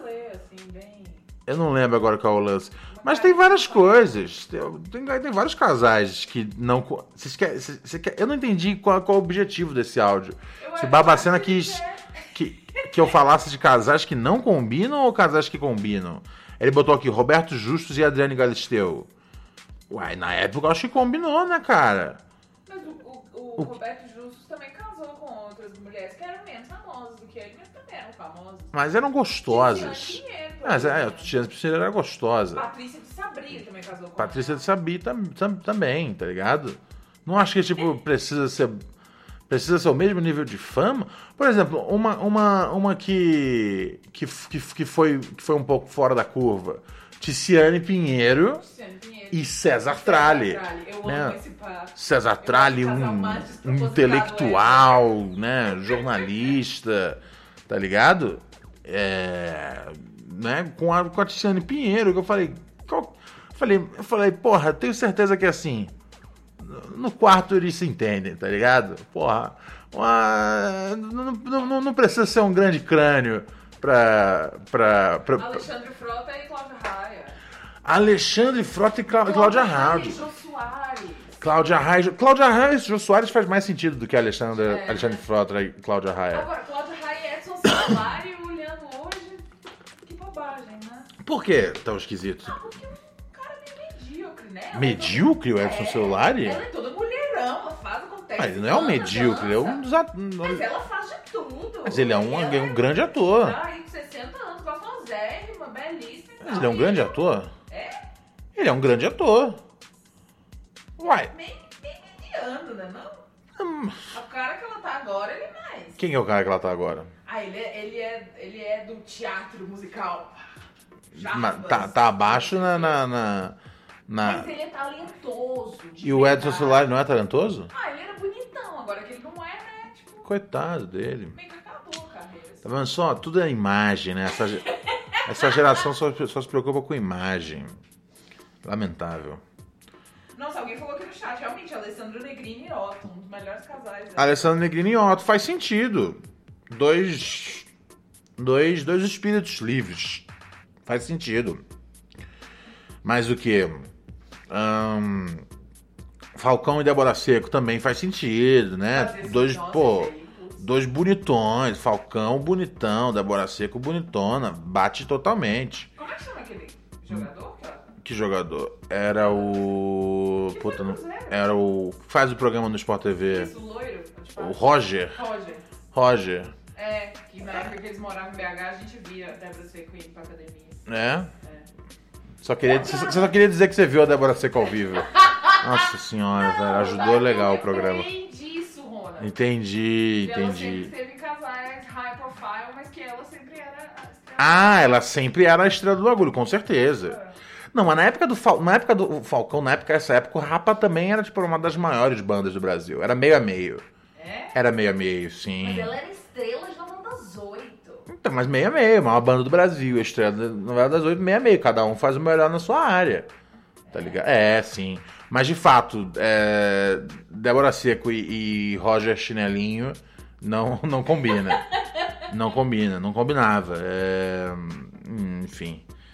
Eu não lembro agora qual é o lance. Mas tem várias coisas. Tem, tem, tem vários casais que não. Vocês querem, vocês, vocês querem, eu não entendi qual, qual é o objetivo desse áudio. Se o Babacena quis que, que eu falasse de casais que não combinam ou casais que combinam? Ele botou aqui Roberto Justus e Adriane Galisteu. Uai, na época eu acho que combinou, né, cara? Mas o, o, o, o Roberto Justus também casou com outras mulheres que eram menos famosas do que ele, mas também eram famosas. Mas eram gostosas. Mas é, a Tiziane Pinheiro era gostosa. Patrícia de Sabri também casou com Patrícia de Sabri tam, tam, também, tá ligado? Não acho que, tipo, precisa ser... Precisa ser o mesmo nível de fama? Por exemplo, uma, uma, uma que, que, que, que, foi, que foi um pouco fora da curva. Tiziane Pinheiro, Tiziane Pinheiro e César Tralli. Eu né? amo esse par. César Tralli, um, um intelectual, né? Jornalista, tá ligado? É, né? Com a, com a Tiziane Pinheiro, que eu falei, qual, eu falei, eu falei, porra, tenho certeza que assim... No quarto eles se entendem, tá ligado? Porra, uma... não, não, não precisa ser um grande crânio pra... pra, pra, pra... Alexandre Frota e Cláudia Raia. Alexandre Frota e Clá... Cláudia Raia. Jô Soares. Cláudia Raia. Cláudia Raia e Jô Soares faz mais sentido do que Alexandre, É. Alexandre Frota e Cláudia Raia. Agora, Cláudia Raia e Edson Celulari olhando hoje, que bobagem, né? Por que tão esquisito? Ah, porque um cara meio medíocre, né? Medíocre o Edson É, Celulari? Ela é toda mulherão, ela faz, acontece. Mas ele não é um dança, medíocre, ele é um dos at... Mas ela faz de tudo. Mas ele é um, Ela um grande ator. Tá aí com sessenta anos, gostosérrima, belíssima. Mas ele é um grande ator? É? Ele é um grande ator. Uai. Meio, meio mediano, né? Não? Hum. O cara que ela tá agora, ele é mais. Quem é o cara que ela tá agora? Ah, ele é, ele é, ele é do teatro musical. Mas tá, tá abaixo na... na, na, na... Mas ele é talentoso. E o Edson Celulari não é talentoso? Ah, ele era bonitão, agora que ele não é, né? Tipo, Coitado dele. meio que acabou a carreira. Tá vendo só? Tudo é imagem, né? Essa, ge- essa geração só, só se preocupa com imagem. Lamentável. Nossa, alguém falou aqui no chat, realmente, Alessandro Negrini e Otto, um dos melhores casais. Né? Alessandro Negrini e Otto, faz sentido. Dois, dois, dois espíritos livres. Faz sentido. Mas o que? Ahn, Falcão e Débora Seco também faz sentido, né? Fazer esse Dois, nossa, pô, esse aí, putz. dois bonitões. Falcão bonitão, Débora Seco bonitona. Bate totalmente. Como é que chama aquele jogador? Que ela... Que jogador? Era o... Que Puta, foi não... do Cruzeiro? Era o... Faz o programa no Sport T V. Isso, o loiro? O Roger. Roger. Roger. É, que na época que eles moravam em B H, a gente via a Débora Seco indo pra academia. É? Só queria... Você só queria dizer que você viu a Débora Seco ao vivo. Nossa senhora, velho. Ajudou legal o programa. Além disso, Rona. Entendi, E ela entendi. sempre teve casais high profile, mas que ela sempre era a estrela. Ah, ela sempre era a estrela do bagulho, com certeza. Não, mas na época do, Fal... na época do Falcão, na época, essa época, o Rapa também era, tipo, uma das maiores bandas do Brasil. Era meio a meio. É? Era meio a meio, sim. Mas ela era estrela de novela das oito. Então, mas meio a meio, a maior banda do Brasil, a estrela da novela das oito, meio a meio. Cada um faz o melhor na sua área. Tá ligado? É, sim. Mas, de fato, é... Débora Seco e, e Roger Chinelinho não, não combina. Não combina, não combinava. É... Enfim.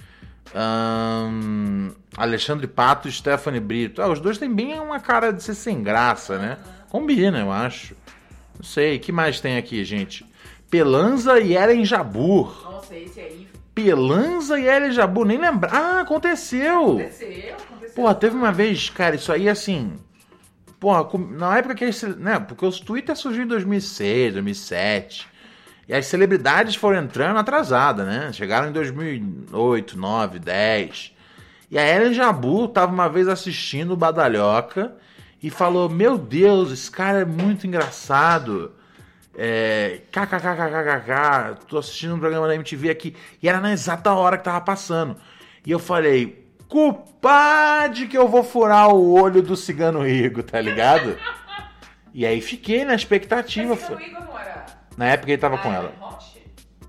Um, Alexandre Pato e Stephanie Brito. Ah, os dois têm bem uma cara de ser sem graça, né? Combina, eu acho. Não sei, o que mais tem aqui, gente? Pelanza e Ellen Jabur. Nossa, esse aí. Pelanza e Ellen Jabur, nem lembrar. Ah, aconteceu. Aconteceu, aconteceu. Porra, teve uma vez, cara, isso aí assim. Porra, na época que eles. Né, porque os Twitter surgiu em dois mil e seis, dois mil e sete. E as celebridades foram entrando atrasadas, né? Chegaram em dois mil e oito, nove, dez. E a Ellen Jabur tava uma vez assistindo o Badalhoca e falou: Meu Deus, esse cara é muito engraçado. É, kkkkkk, tô assistindo um programa da M T V aqui. E era na exata hora que tava passando. E eu falei: Culpade que eu vou furar o olho do Cigano Igor, tá ligado? E aí fiquei na expectativa. Cigano Igor não era... Na época ele tava a com Ellen ela. Roche?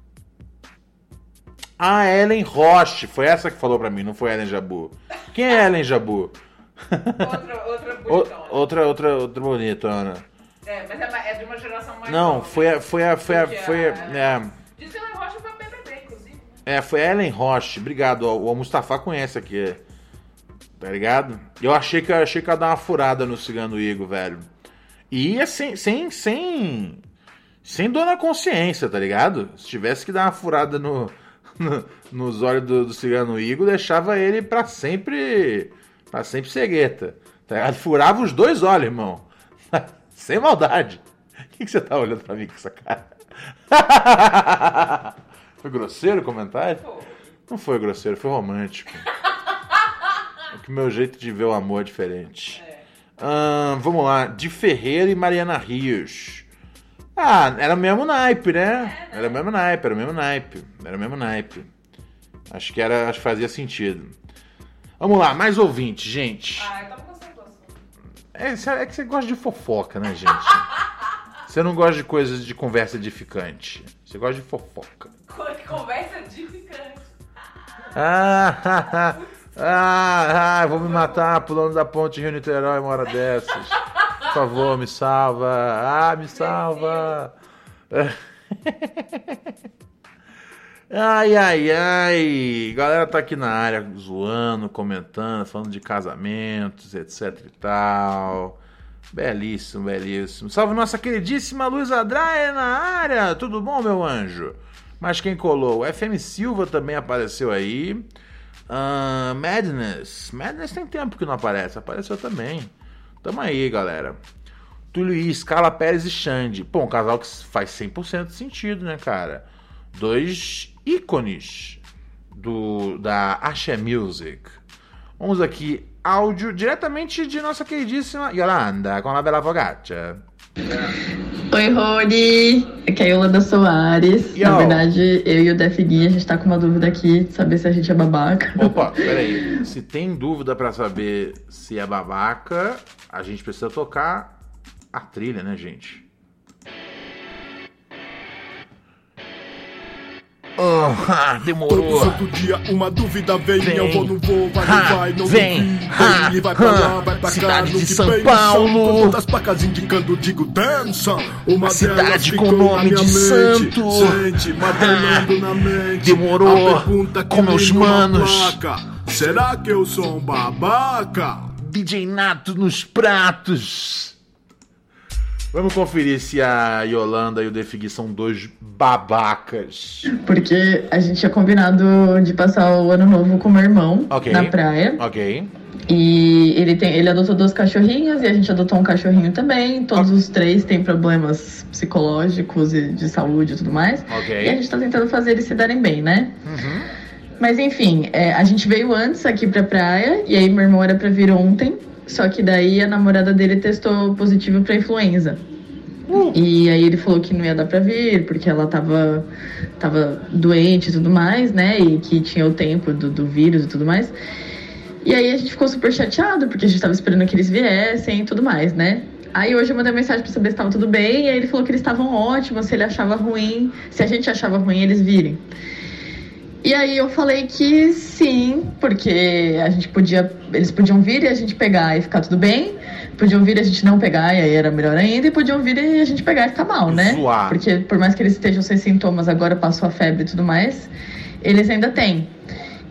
Ah, Ellen Roche. Foi essa que falou pra mim, não foi Ellen Jabur. Quem é Ellen Jabur? Outra, outra bonitona. outra, outra, outra bonitona. É, mas é, é de uma geração mais Não, nova. foi a... Foi a, foi a, foi a, é, Diz que Ellen Roche foi a B B B, inclusive. é, foi a Ellen Roche. Obrigado. O, o Mustafa conhece aqui. Tá ligado? Eu achei que, eu achei que ia dar uma furada no Cigano Igor, velho. E ia sem... sem, sem... Sem dor na consciência, tá ligado? Se tivesse que dar uma furada no, no, nos olhos do, do Cigano Igor, deixava ele pra sempre. Pra sempre cegueta. Tá ligado? Furava os dois olhos, irmão. Sem maldade. O que, que você tá olhando pra mim com essa cara? Foi grosseiro o comentário? Não foi grosseiro, foi romântico. É que o meu jeito de ver o amor é diferente. Hum, vamos lá. Di Ferreira e Mariana Rios. Ah, era o mesmo naipe, né? Era o mesmo naipe, era o mesmo naipe. Era o mesmo naipe. Acho que era, acho que fazia sentido. Vamos lá, mais ouvinte, gente. Ah, eu tava gostando do assunto. É, é que você gosta de fofoca, né, gente? Você não gosta de coisas de conversa edificante. Você gosta de fofoca. Conversa edificante. Ah, ah, ah, ah, vou me matar pulando da ponte Rio-Niterói uma hora dessas. Por favor, me salva. Ah, me salva. Ai, ai, ai. Galera tá aqui na área zoando, comentando, falando de casamentos, etc e tal. Belíssimo, belíssimo. Salve nossa queridíssima Luísa Draia na área. Tudo bom, meu anjo? Mas quem colou? O F M Silva também apareceu aí. Uh, Madness. Madness tem tempo que não aparece. Apareceu também. Tamo aí, galera. Túlio Is, Carla Pérez e Xande. Pô, um casal que faz cem por cento de sentido, né, cara? Dois ícones do, da Axé Music. Vamos aqui, áudio diretamente de nossa queridíssima Yolanda, com a Bela Fogaccia. Oi, Rony. Aqui é a Yolanda Soares. Yo. Na verdade, eu e o Defiguinha, a gente tá com uma dúvida aqui de saber se a gente é babaca. Opa, peraí. Se tem dúvida pra saber se é babaca, a gente precisa tocar a trilha, né, gente? Oh, ah, demorou. Todo santo dia uma dúvida vem, vem. Eu vou, não vou, vai, não Ha, vai, não vem. duvido. Ha, Ele vai pra ha, lá, vai pra cidade cá, de no que São pensa. Paulo. Com todas as placas indicando, digo, dança. Uma A cidade delas com ficou nome na minha de mente. santo. Sente, martelando na mente. Demorou. A pergunta que Com meus liga uma manos. placa. Será que eu sou um babaca? D J Nato nos pratos. Vamos conferir se a Yolanda e o Defigui são dois babacas. Porque a gente tinha combinado de passar o ano novo com o meu irmão Ok. na praia. Ok. E ele, tem, ele adotou duas cachorrinhas e a gente adotou um cachorrinho também. Todos os três têm problemas psicológicos e de saúde e tudo mais. Ok. E a gente tá tentando fazer eles se darem bem, né? Uhum. Mas enfim, é, a gente veio antes aqui pra praia. E aí meu irmão era pra vir ontem. Só que daí a namorada dele testou positivo pra influenza. Uh. E aí ele falou que não ia dar pra vir, porque ela tava, tava doente e tudo mais, né? E que tinha o tempo do, do vírus e tudo mais. E aí a gente ficou super chateado, porque a gente tava esperando que eles viessem e tudo mais, né? Aí hoje eu mandei mensagem pra saber se tava tudo bem, e aí ele falou que eles estavam ótimos, se ele achava ruim, se a gente achava ruim eles virem. E aí eu falei que sim, porque a gente podia, eles podiam vir e a gente pegar e ficar tudo bem, podiam vir e a gente não pegar e aí era melhor ainda, e podiam vir e a gente pegar e ficar mal, né? Zoar. Porque por mais que eles estejam sem sintomas, agora passou a febre e tudo mais, eles ainda têm.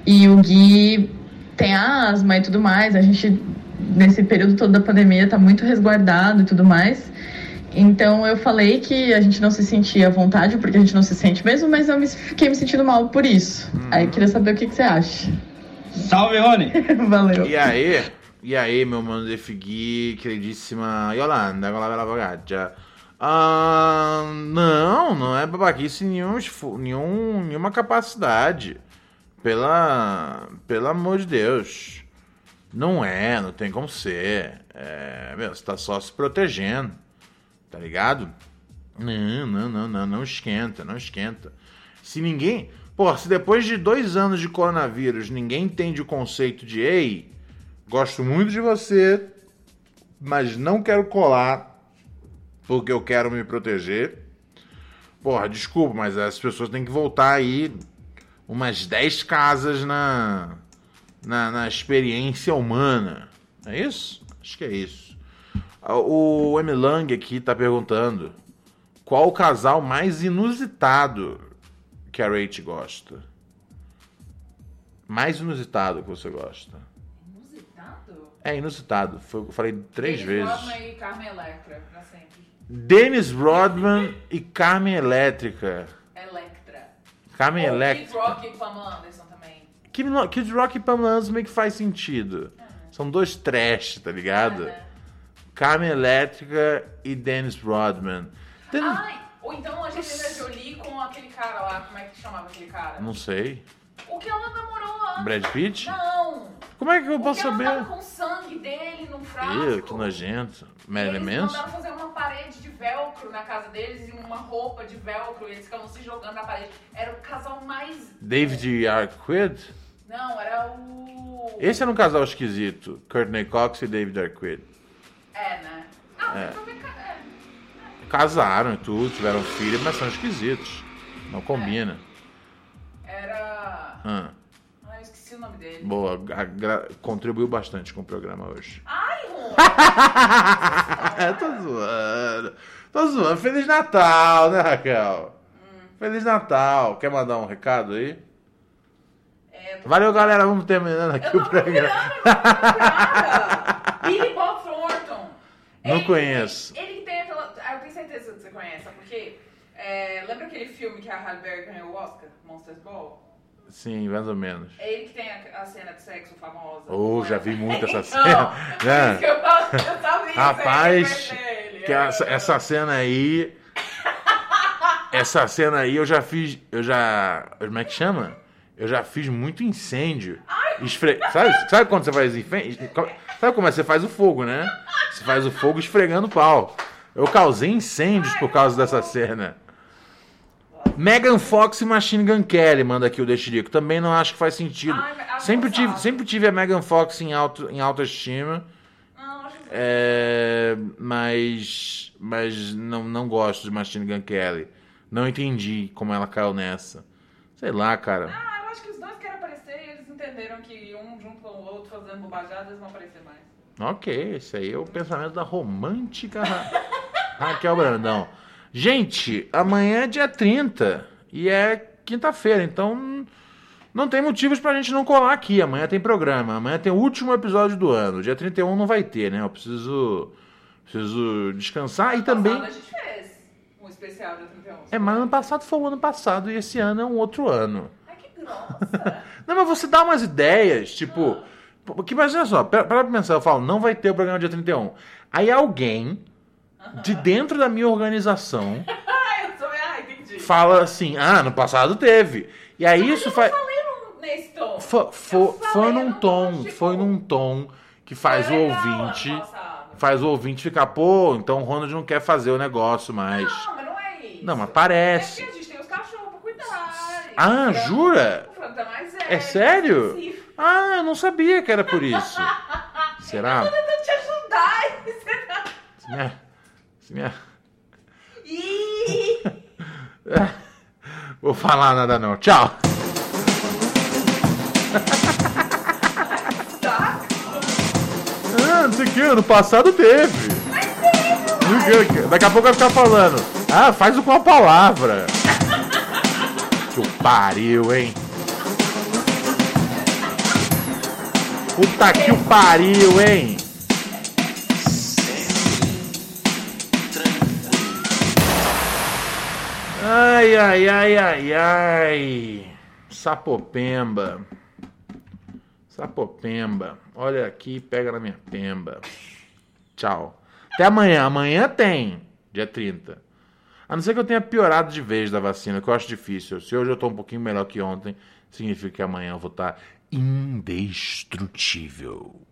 E o Gui tem asma e tudo mais. A gente, nesse período todo da pandemia, tá muito resguardado e tudo mais. Então eu falei que a gente não se sentia à vontade, porque a gente não se sente mesmo, mas eu me, fiquei me sentindo mal por isso. Hum. Aí queria saber o que, que você acha. Salve, Rony! Valeu. E aí? E aí, meu mano de Figui, queridíssima Yolanda, com la bella focaccia. Ah, não, não é babaquice nenhum, nenhum, nenhuma capacidade. Pela, pelo amor de Deus. Não é, não tem como ser. É, meu, você tá só se protegendo. Tá ligado? Não, não, não, não, não esquenta, não esquenta. Se ninguém... Pô, se depois de dois anos de coronavírus ninguém entende o conceito de ei, gosto muito de você, mas não quero colar porque eu quero me proteger. Porra, desculpa, mas as pessoas têm que voltar aí umas dez casas na, na, na experiência humana. É isso? Acho que é isso. O Emilang aqui tá perguntando qual o casal mais inusitado que a Rach gosta. Mais inusitado que você gosta. Inusitado? É, inusitado. Foi o que eu falei três Dennis vezes. Rodman e Carmen Electra, pra sempre. Dennis Rodman e Carmen Elétrica. Electra. Carmen Ou Elétrica. Kid Rock e Pamela Anderson também. Kid, Kid Rock e Pamela Anderson meio que faz sentido. Uhum. São dois trash, tá ligado? Uhum. Carmen Elétrica e Dennis Rodman. Den... Ai, ou então a Angelina Jolie com aquele cara lá, como é que chamava aquele cara? Não sei. O que ela namorou antes. Brad Pitt? Não. Como é que eu posso saber? Ela tava com o sangue dele num frasco. Ih, que nojento. Marilyn Manson? Eles mandaram fazer uma parede de velcro na casa deles e uma roupa de velcro e eles ficavam se jogando na parede. Era o casal mais... David Arquette? Não, era o... Esse era um casal esquisito. Courtney Cox e David Arquette. É, né? Ah, é. Também... é. Casaram e tudo, tiveram filhos, mas são esquisitos. Não combina. É. Era... Ah. Ah, eu esqueci o nome dele. Boa, gra... contribuiu bastante com o programa hoje. Ai, Rony! É, tô zoando. Tô zoando. Feliz Natal, né, Raquel? Hum. Feliz Natal. Quer mandar um recado aí? É, tô... Valeu, galera. Vamos terminando aqui eu o programa. Billy Bob Thornton. Não ele, conheço. Ele, ele tem aquela... Ah, eu tenho certeza que você conhece, sabe por quê? É, lembra aquele filme que a Halle Berry ganhou o Oscar? Monsters Ball? Sim, mais ou menos. É ele que tem a, a cena de sexo famosa. Oh, já vi muito essa então, cena. Né? Eu, eu sabia, rapaz, ele, que essa, essa cena aí... Essa cena aí eu já fiz... Eu já... Como é que chama? Eu já fiz muito incêndio. Esfre... Sabe, sabe quando você faz incêndio? Sabe como é? Você faz o fogo, né? Você faz o fogo esfregando o pau. Eu causei incêndios por causa dessa cena. Megan Fox e Machine Gun Kelly, manda aqui o Destirico. Também não acho que faz sentido. Ai, sempre, tive, sempre tive a Megan Fox em, alto, em alta estima. Não, acho que... É, mas mas não, não gosto de Machine Gun Kelly. Não entendi como ela caiu nessa. Sei lá, cara. Ah, eu acho que os dois querem aparecer e eles entenderam que um junto com o outro fazendo bobajada, eles vão aparecer mais. Ok, esse aí é o pensamento da romântica Ra... Raquel Brandão. Gente, amanhã é dia trinta e é quinta-feira, então não tem motivos pra gente não colar aqui. Amanhã tem programa, amanhã tem o último episódio do ano. Dia trinta e um não vai ter, né? Eu preciso, preciso descansar e também... Ano passado a gente fez um especial dia trinta e um. É, mas ano passado foi o ano passado e esse ano é um outro ano. Ai, que grossa. Não, mas você dá umas ideias, tipo... Porque imagina só, para pra pensar, eu falo, não vai ter o programa dia trinta e um. Aí alguém... de dentro da minha organização eu sou... ah, entendi. fala assim, ah, no passado teve. E aí Mas isso eu faz... não falei nesse tom. Foi, foi, foi num tom, tipo... foi num tom que faz foi o legal, ouvinte, faz o ouvinte ficar, pô, então o Ronald não quer fazer o negócio mais. Não, mas não é isso. Não, mas parece. É porque a gente tem os cachorros pra cuidar. Ah, o jura? O Franco tá mais velho. É sério? Sim. Ah, eu não sabia que era por isso. Será? Eu tô tentando te ajudar. E você tá... Minha... Minha... Ih! Vou falar nada não. Tchau. Tá? Ah, não sei o que, ano passado teve. Mas teve, Daqui a pouco vai ficar falando. Ah, faz o com a palavra. Que o pariu, hein? Puta que o pariu, hein? Ai, ai, ai, ai, ai. Sapopemba. Sapopemba. Olha aqui, pega na minha pemba. Tchau. Até amanhã. Amanhã tem. Dia trinta. A não ser que eu tenha piorado de vez da vacina, que eu acho difícil. Se hoje eu tô um pouquinho melhor que ontem, significa que amanhã eu vou estar indestrutível.